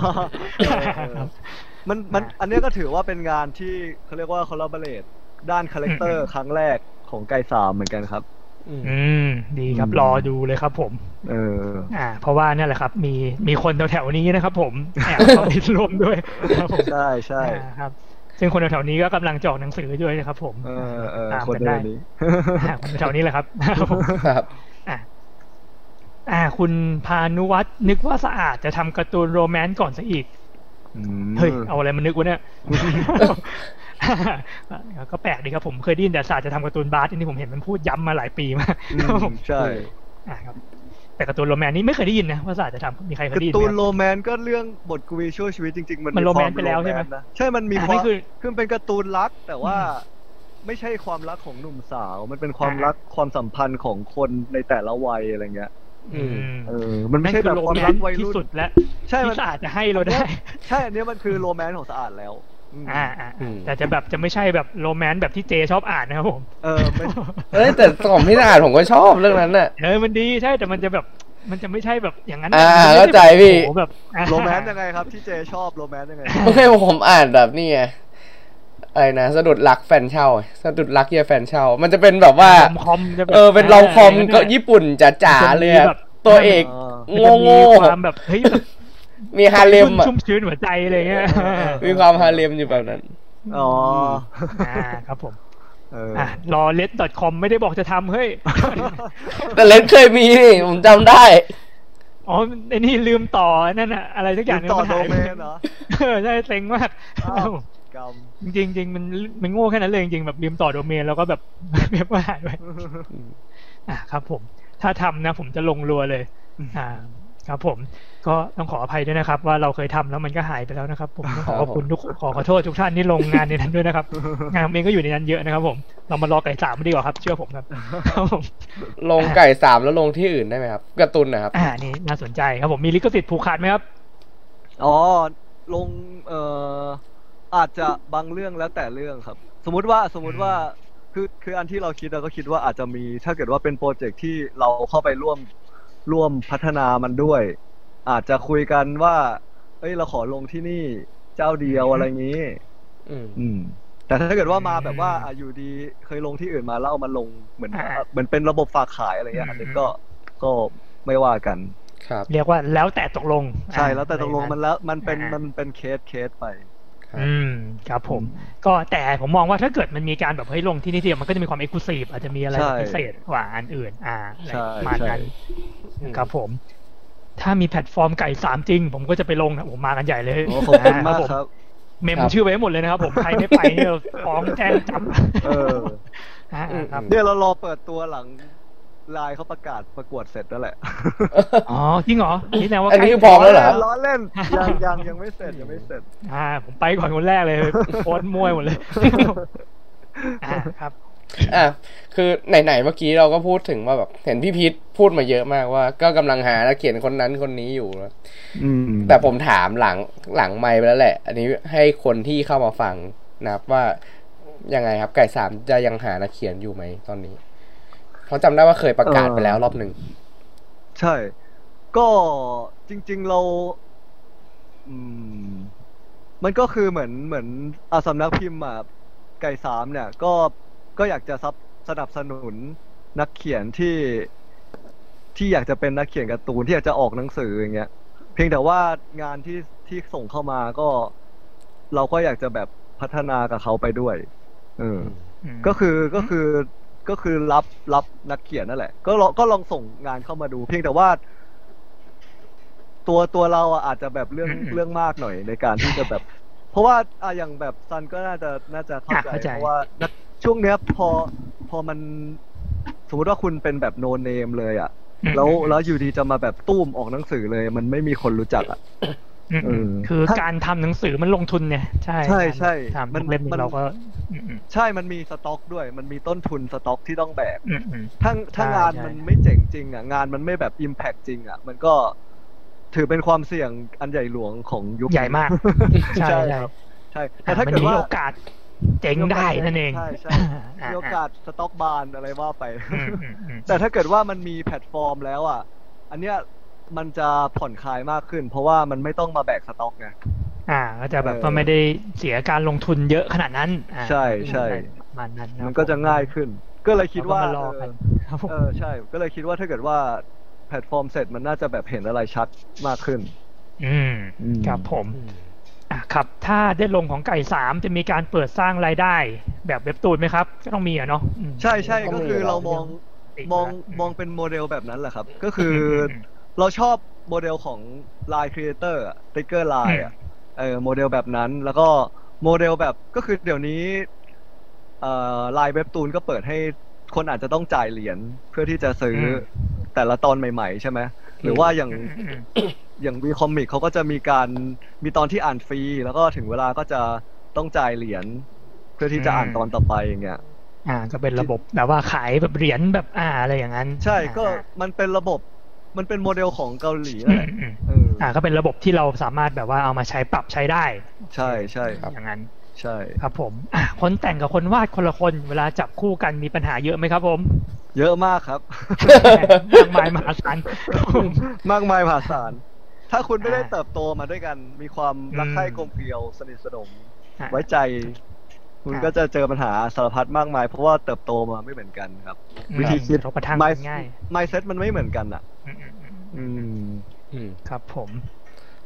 มันอันนี้ก็ถือว่าเป็นงานที่เขาเรียกว่าคอลลาบอเรทด้านคาแรคเตอร์ครั้งแรกของไก่สามเหมือนกันครับดีครับรอดูเลยครับผมเพราะว่านี่แหละครับมีคนแถวๆนี้นะครับผมแอบเข้าไปร่วมด้วยครับผมใช่ครับซึ่งคนแถวๆนี้ก็กำลังจอกหนังสือด้วยนะครับผมคนแถวนี้คนแถวนี้แหละครับครับคุณพานุวัฒน์นึกว่าสะอาดจะทำการ์ตูนโรแมนต์ก่อนซะอีกเฮ้ยเอาอะไรมานึกวะเนี่ยก็แปลกดีครับผมเคยได้ยินแต่ศาสตร์จะทำการ์ตูนบาร์ที่ผมเห็นมันพูดย้ำมาหลายปีมากใช่ครับแต่การ์ตูนโรแมนต์นี่ไม่เคยได้ยินนะว่าศาสตร์จะทำมีใครเคยได้ยินการ์ตูนโรแมนต์ก็เรื่องบทกวีช่วยชีวิตจริงๆมันโรแมนต์ไปแล้วใช่ไหมใช่มันมีความคือเป็นการ์ตูนรักแต่ว่าไม่ใช่ความรักของหนุ่มสาวมันเป็นความรักความสัมพันธ์ของคนในแต่ละวัยอะไรเงี้ยมันไม่ใช่แบบความรักวัยรุ่นที่สุดแล้วใช่ศาสตร์จะให้เราได้ใช่อันนี้มันคือโรแมนต์ของสะอาดแล้วแต่จะแบบจะไม่ใช่แบบโรแมนต์แบบที่เจชอบอ่านนะครับผมแต่ของพี่อ่านผมก็ชอบเรื่องนั้นน่ะมันดีใช่แต่มันจะแบบมันจะไม่ใช่แบบอย่างนั้นเข้าใจพี่แบบโรแมนต์ยังไงครับที่เจชอบโรแมนต์ยังไงโอเคผมอ่านแบบนี่ไงอะไรนะสะดุดรักแฟนเช่าสะดุดรักเยี่ยแฟนเช่ามันจะเป็นแบบว่าเป็นลองคอมก็ญี่ปุ่นจ๋าๆเลยตัวเอกโง่ความแบบเฮ้ยมีฮาเลมอ่ะชุ่มชื้นหัวใจอะไรเงี้ยมีความฮาเลมอยู่แบบนั้นอ๋อครับผมรอ let.com ไม่ได้บอกจะทำเฮ้ยแต่เลดเคยมีนี่ผมจำได้อ๋อไอ้นี่ลืมต่อนั่นอะอะไรสักอย่างนึงต่อโดเมนเหรอใช่เซ็งมากจริงจริงมันโง่แค่นั้นเลยจริงแบบลืมต่อโดเมนแล้วก็แบบเว็บหายไปครับผมถ้าทำนะผมจะลงรัวเลยครับผมก็ต้องขออภัยด้วยนะครับว่าเราเคยทำแล้วมันก็หายไปแล้วนะครับผมต้องขอบคุณขอโทษทุกท่านที่ลงงานในนั้นด้วยนะครับงานเองก็อยู่ในนั้นเยอะนะครับผมเรามารอไก่สามดีกว่าครับเชื่อผมครับลงไก่สามแล้วลงที่อื่นได้ไหมครับการ์ตูนนะครับนี่น่าสนใจครับผมมีลิขสิทธิ์ผูกขาดไหมครับอ๋อลงอาจจะบางเรื่องแล้วแต่เรื่องครับสมมุติว่าคืออันที่เราคิดเราก็คิดว่าอาจจะมีถ้าเกิดว่าเป็นโปรเจกต์ที่เราเข้าไปร่วมพัฒนามันด้วยอาจจะคุยกันว่าเอ้ยเราขอลงที่นี่เจ้าเดียวอะไรงี้แต่ถ้าเกิดว่ามาแบบว่าอยู่ดีเคยลงที่อื่นมาแล้วเอามาลงเหมือนเป็นระบบฝากขายอะไรเงี้ยอันนี้ก็ไม่ว่ากันครับเรียกว่าแล้วแต่ตกลงใช่แล้วแต่ตกลงมันแล้วมันเป็นเคสไปครับผมก็แต่ผมมองว่าถ้าเกิดมันมีการแบบให้ลงที่นี่มันก็จะมีความเอกลูซีฟอาจจะมีอะไรพิเศษกว่าอันอื่นมากันครับผมถ้ามีแพลตฟอร์มไก่สามจริงผมก็จะไปลงนะผมมากันใหญ่เลยขอบคุณมากครับเมมชื่อไว้หมดเลยนะครับผมใครไม่ไปเนี่ยฟ้องแจ้งจับเนี่ยเรารอเปิดตัวหลังไลน์เขาประกาศประกวดเสร็จแล้วแหละอ๋อจริงเหรอนี่แปลว่าอันนี้คือพร้อมแล้วเหรอล้อเล่นยังไม่เสร็จผมไปก่อนคนแรกเลยโพสมวยหมดเลยครับคือไหนเมื่อกี้เราก็พูดถึงว่าแบบเห็นพี่พีทพูดมาเยอะมากว่าก็กำลังหานักเขียนคนนั้นคนนี้อยู่นะแต่ผมถามหลังไมค์ไปแล้วแหละอันนี้ให้คนที่เข้ามาฟังนะครับว่ายังไงครับไก่สามจะยังหานักเขียนอยู่ไหมตอนนี้เพราะจำได้ว่าเคยประกาศไปแล้วรอบหนึ่งใช่ก็จริงๆเรามันก็คือเหมือนสำนักพิมพ์ไก่สามเนี่ยก็อยากจะสนับสนุนนักเขียนที่อยากจะเป็นนักเขียนการ์ตูนที่อยากจะออกหนังสืออย่างเงี้ยเพียงแต่ว่างานที่ส่งเข้ามาก็เราก็อยากจะแบบพัฒนากับเขาไปด้วยก็คือรับนักเขียนนั่นแหละก็ลองส่งงานเข้ามาดูเพียงแต่ว่าตัวเราอาจจะแบบเรื่องมากหน่อยในการที่จะแบบเพราะว่าอย่างแบบซันก็น่าจะเข้าใจเพราะว่าช่วงเนี้ยพอมันสมมติว่าคุณเป็นแบบโนเนมเลยแล้วอยู่ดีจะมาแบบตุ้มออกหนังสือเลยมันไม่มีคนรู้จักคือการทำหนังสือมันลงทุนเนี่ยใช่มันเล่มเราก็ใช่มันมีสต็อกด้วยมันมีต้นทุนสต็อกที่ต้องแบกถ้างานมันไม่เจ๋งจริงงานมันไม่แบบอิมแพคจริงมันก็ถือเป็นความเสี่ยงอันใหญ่หลวงของยุคใหญ่มากใช่ครับใช่แต่ถ้าเกิดว่าโอกาสเจ๋งได้นั่นเองใช่มีโอกาสสต็อกบานอะไรว่าไปแต่ถ้าเกิดว่ามันมีแพลตฟอร์มแล้วอันเนี้ยมันจะผ่อนคลายมากขึ้นเพราะว่ามันไม่ต้องมาแบกสต็อกไงก็จะแบบว่าไม่ได้เสียการลงทุนเยอะขนาดนั้นใช่มันก็จะง่ายขึ้นก็เลยคิดว่าใช่ก็เลยคิดว่าถ้าเกิดว่าแพลตฟอร์มเสร็จมันน่าจะแบบเห็นอะไรชัดมากขึ้นครับผมครับถ้าได้ลงของไก่สามจะมีการเปิดสร้างรายได้แบบเว็บตูนไหมครับก็ต้องมีเนาะใช่ก็คือเรามองเป็นโมเดลแบบนั้นแหละครับก็คือเราชอบโมเดลของ Line Creator Trigger Line โมเดลแบบนั้นแล้วก็โมเดลแบบก็คือเดี๋ยวนี้Line เว็บตูนก็เปิดให้คนอาจจะต้องจ่ายเหรียญเพื่อที่จะซื้อแต่ละตอนใหม่ๆใช่ไหมหรือว่าอย่างวีคอมิกเขาก็จะมีตอนที่อ่านฟรีแล้วก็ถึงเวลาก็จะต้องจ่ายเหรียญเพื่อที่จะอ่านตอนต่อไปอย่างเงี้ยก็เป็นระบบแบบว่าขายแบบเหรียญแบบอะไรอย่างนั้นใช่ก็มันเป็นระบบมันเป็นโมเดลของเกาหลีแหละก็เป็นระบบที่เราสามารถแบบว่าเอามาใช้ปรับใช้ได้ใช่ครับอย่างนั้นใช่ครับผมคนแต่งกับคนวาดคนละคนเวลาจับคู่กันมีปัญหาเยอะไหมครับผมเยอะมากครับมากมายมหาศาลมากมายมหาศาลถ้าคุณไม่ได้เติบโตมาด้วยกันมีความรักใคร่กลมเกลียวสนิทสนมไว้ใจคุณก็จะเจอปัญหาสารพัดมากมายเพราะว่าเติบโตมาไม่เหมือนกันครับวิธีคิดง่าย mindset มันไม่เหมือนกันครับผม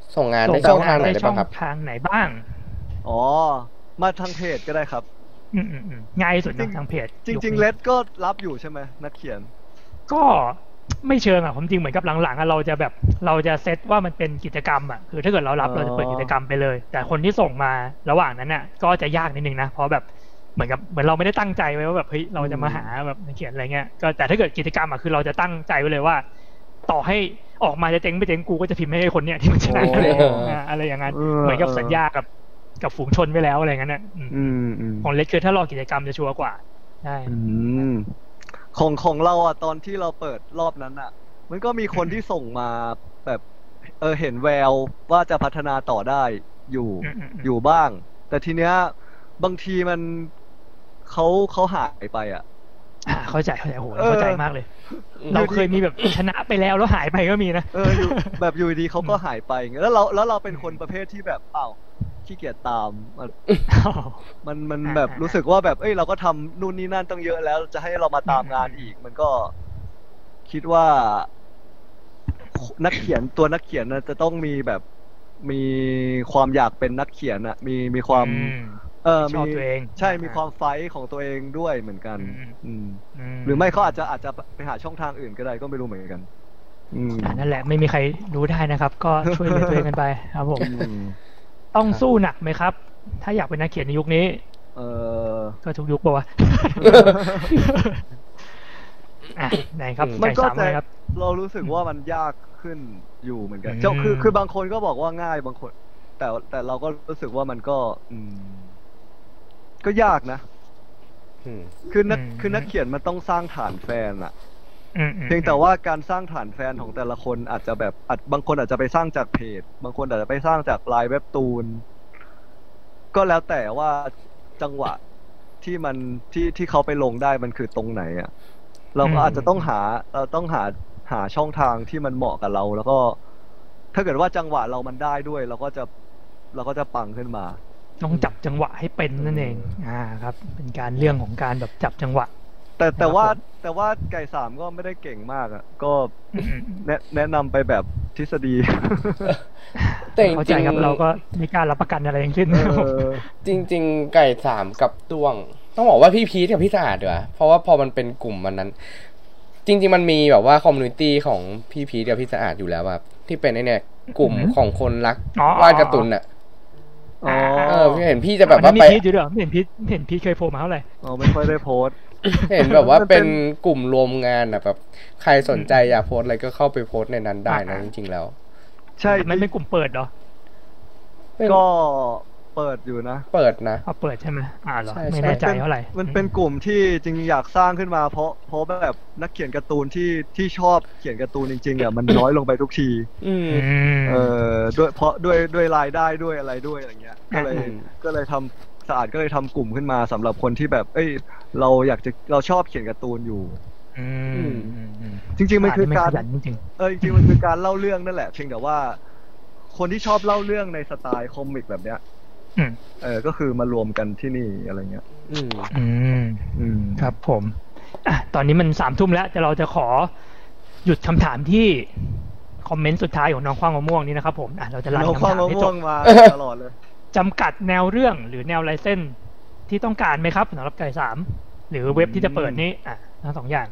ส่งงานในช่องทางไหนได้บ้างครับทางไหนบ้างอ๋อมาทางเพจก็ได้ครับง่ายสุดทางเพจจริงๆเลดก็รับอยู่ใช่ไหมนักเขียนก็ไม่เชิงอ่ะผมจริงเหมือนกับหลังๆเราจะเซตว่ามันเป็นกิจกรรมอ่ะคือถ้าเกิดเรารับเราจะเปิดกิจกรรมไปเลยแต่คนที่ส่งมาระหว่างนั้นน่ะก็จะยากนิดนึงนะเพราะแบบเหมือนเราไม่ได้ตั้งใจไว้ว่าแบบเฮ้ยเราจะมาหาแบบนักเขียนอะไรเงี้ยก็แต่ถ้าเกิดกิจกรรมอ่ะคือเราจะตั้งใจไว้เลยว่าต่อให้ออกมาจะเจ๊งไม่เจ๊งกูก็จะพิมพ์ให้คนเนี้ยที่มันชนะอะไรอย่างนั้นเหมือนกับสัญญากับฝูงชนไปแล้วอะไรเงี้ยน่ะของเล็กคือถ้ารอกิจกรรมจะชัวร์กว่าใช่ของเราอ่ะตอนที่เราเปิดรอบนั้นอ่ะมันก็มีคนที่ส่งมาแบบเห็นแววว่าจะพัฒนาต่อได้อยู่บ้างแต่ทีเนี้ยบางทีมันเขาหายไปอ่ะเข้าใจโหเข้าใจมากเลยเราเคยมีแบบชนะไปแล้วหายไปก็มีนะแบบอยู่ดีเขาก็หายไปแล้วเราเป็นคนประเภทที่แบบขี้เกียจตามมันแบบรู้สึกว่าแบบเราก็ทำนู่นนี่นั่นตั้งเยอะแล้วจะให้เรามาตามงานอีกมันก็คิดว่านักเขียนจะต้องมีแบบมีความอยากเป็นนักเขียนอะมีความชอบตัวเองใช่มีความไฟท์ของตัวเองด้วยเหมือนกันหรือไม่เขาอาจจะไปหาช่องทางอื่นก็ได้ก็ไม่รู้เหมือนกันนั่นแหละไม่มีใครรู้ได้นะครับก็ช่วยเหลือตัวเองกันไปครับผมต้องสู้หนักไหมครับถ้าอยากเป็นนักเขียนในยุคนี้ก็ทุกยุคป่าวะไหนครับมันก็จะเรารู้สึกว่ามันยากขึ้นอยู่เหมือนกันคือบางคนก็บอกว่าง่ายบางคนแต่เราก็รู้สึกว่ามันก็ยากนะคือนักเขียนมันต้องสร้างฐานแฟนอะเพียงแต่ว่าการสร้างฐานแฟนของแต่ละคนอาจจะแบบบางคนอาจจะไปสร้างจากเพจบางคนอาจจะไปสร้างจากไลน์เว็บตูนก็แล้วแต่ว่าจังหวะที่มันที่เขาไปลงได้มันคือตรงไหนอ่ะเราก็อาจจะต้องหาช่องทางที่มันเหมาะกับเราแล้วก็ถ้าเกิดว่าจังหวะเรามันได้ด้วยเราก็จะปังขึ้นมาต้องจับจังหวะให้เป็นนั่นเองครับเป็นการเรื่องของการแบบจับจังหวะแต่ว่าไก่สามก็ไม่ได้เก่งมากอ่ะก็แนะนำไปแบบทฤษฎีแต่จริงๆครับเราก็ไม่กล้ารับประกันอะไรอย่างเช่นจริงๆไก่สามกับต้วงต้องบอกว่าพี่พีทกับพี่สะอาดด้วยเพราะว่าพอมันเป็นกลุ่มมันนั้นจริงๆมันมีแบบว่าคอมมูนิตี้ของพี่พีทกับพี่สะอาดอยู่แล้วแบบที่เป็นเนี่ยกลุ่มของคนรักวาดการ์ตูนอ่ะพี่เห็นพี่จะแบบว่าไปพีทอยู่ด้วยเห็นพีทเคยโพสมาเท่าไหร่ไม่ค่อยได้โพสเห็นแบบว่าเป็นกลุ่มรวมงานอ่ะแบบใครสนใจอยากโพสอะไรก็เข้าไปโพสในนั้นได้นะจริงๆแล้วใช่มันเป็นกลุ่มเปิดเหรอก็เปิดอยู่นะเปิดนะเปิดใช่ไหมเหรอไม่แน่ใจเท่าไหร่มันเป็นกลุ่มที่จริงอยากสร้างขึ้นมาเพราะแบบนักเขียนการ์ตูนที่ชอบเขียนการ์ตูนจริงๆอ่ะมันน้อยลงไปทุกทีด้วยเพราะด้วยรายได้ด้วยอะไรด้วยอะไรเงี้ยก็เลยทำสะอาดก็เลยทำกลุ่มขึ้นมาสำหรับคนที่แบบเราชอบเขียนการ์ตูนอยู่จริงๆมันคือการจริงๆมันคือการเล่าเรื่องนั่นแหละเพียงแต่ว่าคนที่ชอบเล่าเรื่องในสไตล์คอมิกแบบเนี้ยก็คือมารวมกันที่นี่อะไรเงี้ยครับผมตอนนี้มัน3 ทุ่มแล้วแต่เราจะขอหยุดคำถามที่คอมเมนต์สุดท้ายของน้องขว้างมะม่วงนี้นะครับผมเราจะไล่คำถามให้จบมาตลอดเลยจำกัดแนวเรื่องหรือแนวลายเส้นที่ต้องการไหมครับสำหรับไก่3หรือเว็บที่จะเปิดนี้ทั้ง2อย่าง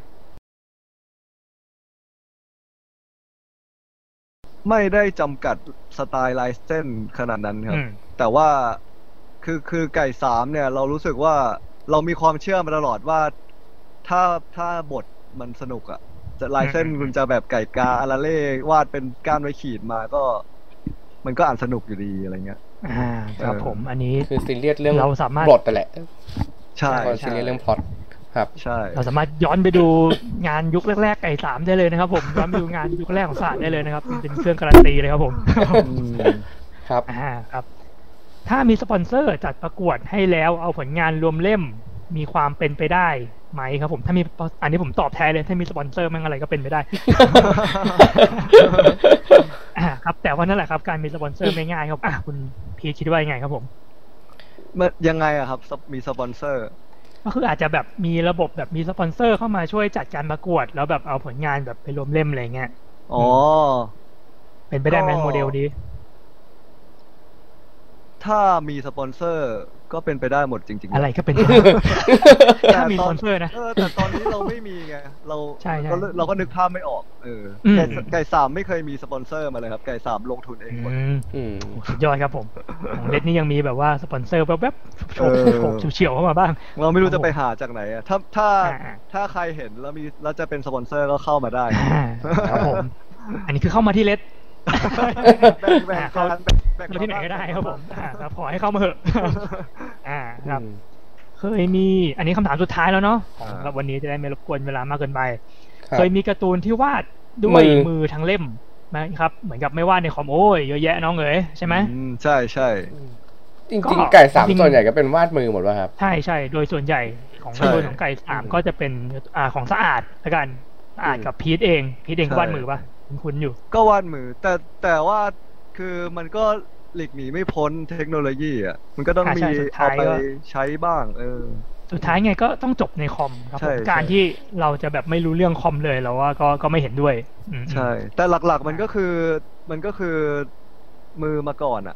ไม่ได้จำกัดสไตล์ลายเส้นขนาดนั้นครับแต่ว่าคือไก่3เนี่ยเรารู้สึกว่าเรามีความเชื่อมาตลอดว่าถ้าบทมันสนุกอ่ะจะลายเส้นคุณจะแบบไก่กาอาราเล่วาดเป็นก้านไว้ขีดมาก็มันก็อ่านสนุกอยู่ดีอะไรเงี้ยครับผมอันนี้คือซีเรียสเรื่องเราสามารถบทไปแหละใช่ซีเรียสเรื่องพล็อตครับใช่เราสามารถย้อนไปดูงานยุคแรกๆไก่3ได้เลยนะครับผมย้อนไปดูงานยุคแรกของศาสตร์ได้เลยนะครับเป็นเครื่องการันตีเลยครับผมครับครับถ้ามีสปอนเซอร์จัดประกวดให้แล้วเอาผลงานรวมเล่มมีความเป็นไปได้ไหมครับผมถ้ามีอันนี้ผมตอบแทนเลยถ้ามีสปอนเซอร์มั่งอะไรก็เป็นไปได้ ครับแต่ว่านั่นแหละครับการมีสปอนเซอร์ไม่ง่ายครับคุณพีคิดว่ายังไงครับผมยังไงอะครับมีสปอนเซอร์ก็คืออาจจะแบบมีระบบแบบมีสปอนเซอร์เข้ามาช่วยจัดการประกวดแล้วแบบเอาผลงานแบบไปรวมเล่มอะไรเงี้ยอ๋อเป็นไปได้ไหมโมเดลดีถ้ามีสปอนเซอร์ก็เป็นไปได้หมดจริงๆอะไรก็เป็นได้ถ้ามีสปอนเซอร์นะแต่ตอนนี้เราไม่มีไงเราก็นึกภาพไม่ออกไก่สามไม่เคยมีสปอนเซอร์มาเลยครับไก่สามลงทุนเองหมดสุดยอดครับผมของเล็ดนี่ยังมีแบบว่าสปอนเซอร์แบบโฉบเฉียวเข้ามาบ้างเราไม่รู้จะไปหาจากไหนอ่ะถ้าใครเห็นแล้วจะเป็นสปอนเซอร์ก็เข้ามาได้ครับผมอันนี้คือเข้ามาที่เล็ดเขาที่ไหนก็ได้ครับผมครับขอให้เข้ามาเถอะครับเคยมีอันนี้คำถามสุดท้ายแล้วเนาะของวันนี้จะได้ไม่รบกวนเวลามากเกินไปเคยมีการ์ตูนที่วาดด้วยมือทั้งเล่มไหมครับเหมือนกับไม่วาดในคอมโอ้ยเยอะแยะน้องเอ๋ยใช่ไหมใช่ใช่จริงๆไก่สามส่วนใหญ่ก็เป็นวาดมือหมดว่ะครับใช่ใช่โดยส่วนใหญ่ของไก่สามก็จะเป็นของสะอาดแล้วกันสะอาดกับพีทเองก็วาดมือป่ะคุณอยู่ก็วาดมือแต่ว่าคือมันก็หลีกหนีไม่พ้นเทคโนโลยีอ่ะมันก็ต้องมีเอาไปใช้บ้างสุดท้ายไงก็ต้องจบในคอมครับการที่เราจะแบบไม่รู้เรื่องคอมเลยเราว่าก็ไม่เห็นด้วยใช่แต่หลักๆมันก็คือมือมาก่อนอ่ะ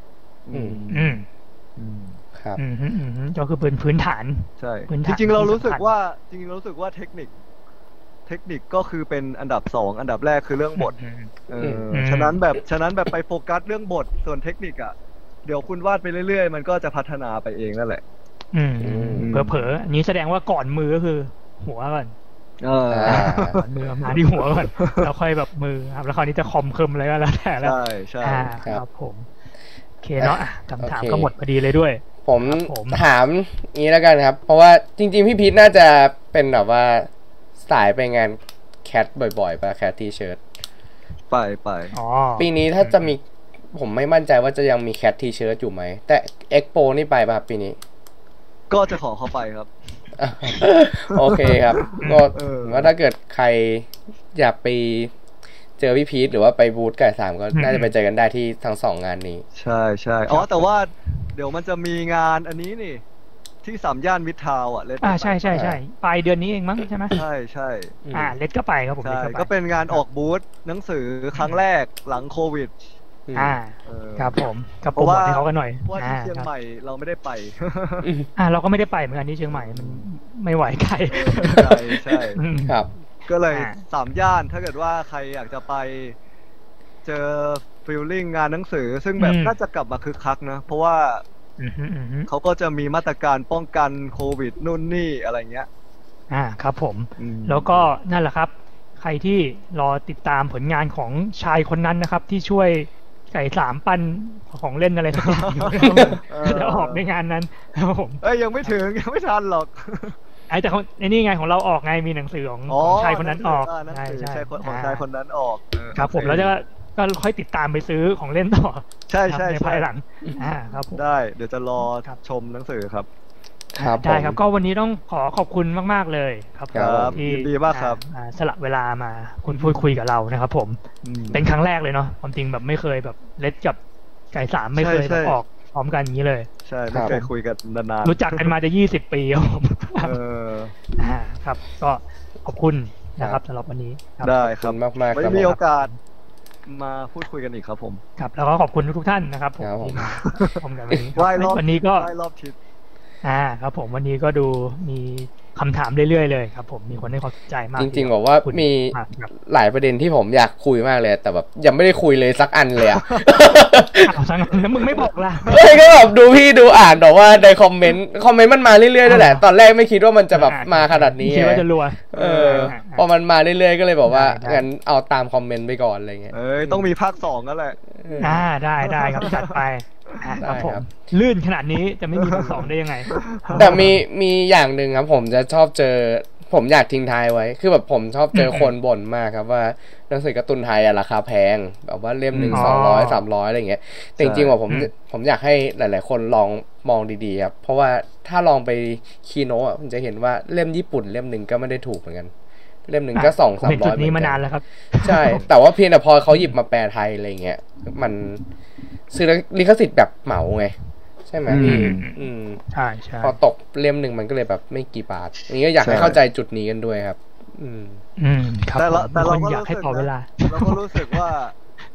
ครับก็คือเป็นพื้นฐานใช่จริงๆเรารู้สึกว่าเทคนิคก็คือเป็นอันดับ2อันดับแรกคือเรื่องบทฉะนั้นแบบไปโฟกัสเรื่องบทส่วนเทคนิคอ่ะเดี๋ยวคุณวาดไปเรื่อยๆมันก็จะพัฒนาไปเองนั่นแหละเผลอๆนี้แสดงว่าก่อนมือก็คือหัวก่อนก่อนมือมาที่หัวก่อนแล้วค่อยแบบมือครับแล้วคราวนี้จะคอมเคิมอะไรก็แล้วแต่แล้วใช่ครับผมโอเคเนาะคำถามก็หมดพอดีเลยด้วยผมถามงี้แล้วกันครับเพราะว่าจริงๆพี่พีทน่าจะเป็นแบบว่าสายไปงานแคทบ่อยๆป่ะแคททีเชิร์ตไปปีนี้ถ้าจะมีผมไม่มั่นใจว่าจะยังมีแคททีเชิร์ตอยู่ไหมแต่เอ็กโปนี่ไปป่ะปีนี้ก็จะขอเข้าไปครับโอเคครับก็ว่าถ้าเกิดใครอยากไปเจอพี่พีทหรือว่าไปบูธไก่สามก็น่าจะไปเจอกันได้ที่ทั้ง2งานนี้ใช่แต่ว่าเดี๋ยวมันจะมีงานอันนี้นี่ที่3ย่านมิตรทาวน์ใช่ปลายเดือนนี้เองมั้งใช่ไหมใช่เล็ดก็ไปครับผมก็เป็นงานออกบูธหนังสือครั้งแรกหลังโควิดครับผมกับโปรโมทให้เขากันหน่อยว่าที่เชียงใหม่เราไม่ได้ไปเราก็ไม่ได้ไปเหมือนกันที่เชียงใหม่มันไม่ไหวไกลใช่ครับก็เลย3ย่านถ้าเกิดว่าใครอยากจะไปเจอฟีลลิ่งงานหนังสือซึ่งแบบน่าจะกลับมาคึกคักนะเพราะว่าเขาก็จะมีมาตรการป้องกันโควิดนู่นนี่อะไรเงี้ยครับผมแล้วก็นั่นแหละครับใครที่รอติดตามผลงานของชายคนนั้นนะครับที่ช่วยไก่สามปันของเล่นอะไรสักอย่างอยู่จะออกในงานนั้นครับผมยังไม่ถึงยังไม่ทันหรอกแต่ในนี่ไงของเราออกไงมีหนังสือของชายคนนั้นออกใช่ของชายคนนั้นออกครับผมแล้วก็ค่อยติดตามไปซื้อของเล่นต่อใช่ในภายหลังครับได้เดี๋ยวจะรอชมหนังสือครับได้ครับก็วันนี้ต้องขอบคุณมากๆเลยครับที่ดีมากครับสละเวลามาพูดคุยกับเรานะครับผมเป็นครั้งแรกเลยเนาะความจริงแบบไม่เคยแบบเล็ดกับไก่สามไม่เคยออกพร้อมกันอย่างนี้เลยใช่ไม่เคยคุยกันนานๆรู้จักกันมาจะ20 ปีครับผมครับก็ขอบคุณนะครับสำหรับวันนี้ได้ครับมากๆไม่มีโอกาสมาพูดคุยกันอีกครับผมครับแล้วก็ขอบคุณทุกท่านนะครับผมที่มาชมกันวันนี้ก็รอบทิศครับผมวันนี้ก็ดูมีคำถามเรื่อยๆเลยครับผมมีคนให้ความสนใจมากจริงๆบอกว่ามีหลายประเด็นที่ผมอยากคุยมากเลยแต่แบบยังไม่ได้คุยเลยสักอันเลยสักอันแล้วมึงไม่บอกล่ะก็แบบดูพี่ดูอ่านบอกว่าในคอมเมนต์มันมาเรื่อยๆนั่นแหละตอนแรกไม่คิดว่ามันจะแบบมาขนาดนี้คิดว่าจะรัวพอมันมาเรื่อยๆก็เลยบอกว่างั้นเอาตามคอมเมนต์ไปก่อนอะไรเงี้ยต้องมีภาค2นั่นแหละได้ครับจัดไปครับผมลื่นขนาดนี้จะไม่มีภาค2ได้ยังไงแต่มีอย่างหนึ่งครับผมจะชอบเจอผมอยากทิ้งท้ายไว้คือแบบผมชอบเจอคนบ่นมากครับว่าหนังสือการ์ตูนไทยราคาแพงแบบว่าเล่มนึง200 300อะไรเงี้ยแต่จริงๆว่าผมอยากให้หลายๆคนลองมองดีๆครับเพราะว่าถ้าลองไปคีโนะคุณจะเห็นว่าเล่มญี่ปุ่นเล่มนึงก็ไม่ได้ถูกเหมือนกันเล่มนึงก็200-300 นี้มานานแล้วครับใช่แต่ว่าเพียงแต่พอเขาหยิบมาแปลไทยอะไรเงี้ยมันซื้อลิขสิทธิ์แบบเหมาไงใช่ไหมพี่ใช่พอตกเล่มหนึ่งมันก็เลยแบบไม่กี่บาทอย่างนี้ก็อยากให้เข้าใจจุดนี้กันด้วยครับครับแต่เราก็อยากให้ต่อเวลาเราก็รู้สึกว่า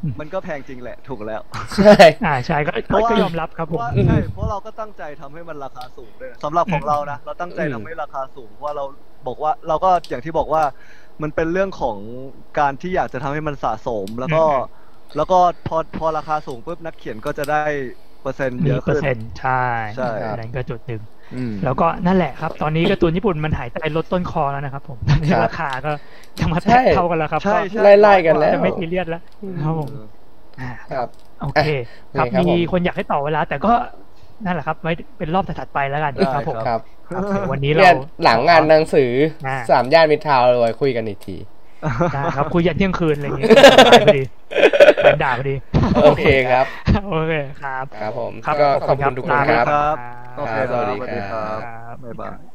มันก็แพงจริงแหละถูกแล้วใช่ใช่ก็ยอมรับครับผมใช่เพราะเราก็ตั้งใจทำให้มันราคาสูงเลยสำหรับของเรานะเราตั้งใจทำให้ราคาสูงเพราะว่าเราบอกว่าเราก็อย่างที่บอกว่ามันเป็นเรื่องของการที่อยากจะทำให้มันสะสมแล้วก็พอราคาสูงปุ๊บนักเขียนก็จะได้เปอร์เซ็นต์เยอะขึ้นใช่นั่นก็จุดหนึ่งแล้วก็นั่นแหละครับตอนนี้การ์ตูนญี่ปุ่นมันหายใจลดต้นคอแล้วนะครับผมราคาก็จะมาแตะเท่ากันแล้วครับไล่กันแล้วไม่ซีเรียสแล้วครับผมครับโอเคครับมีคนอยากให้ต่อเวลาแต่ก็นั่นแหละครับไว้เป็นรอบถัดไปแล้วกันครับผมครับวันนี้เราหลังงานหนังสือ3 ย่านมิตรทาวน์เลยคุยกันอีกทีครับคุยยันเที่ยงคืนอะไรอย่างเงี้ยพอดีแฟนด่าพอดีโอเคครับโอเคครับครับผมก็ขอบคุณทุกคนครับโอเคสวัสดีครับบ๊ายบาย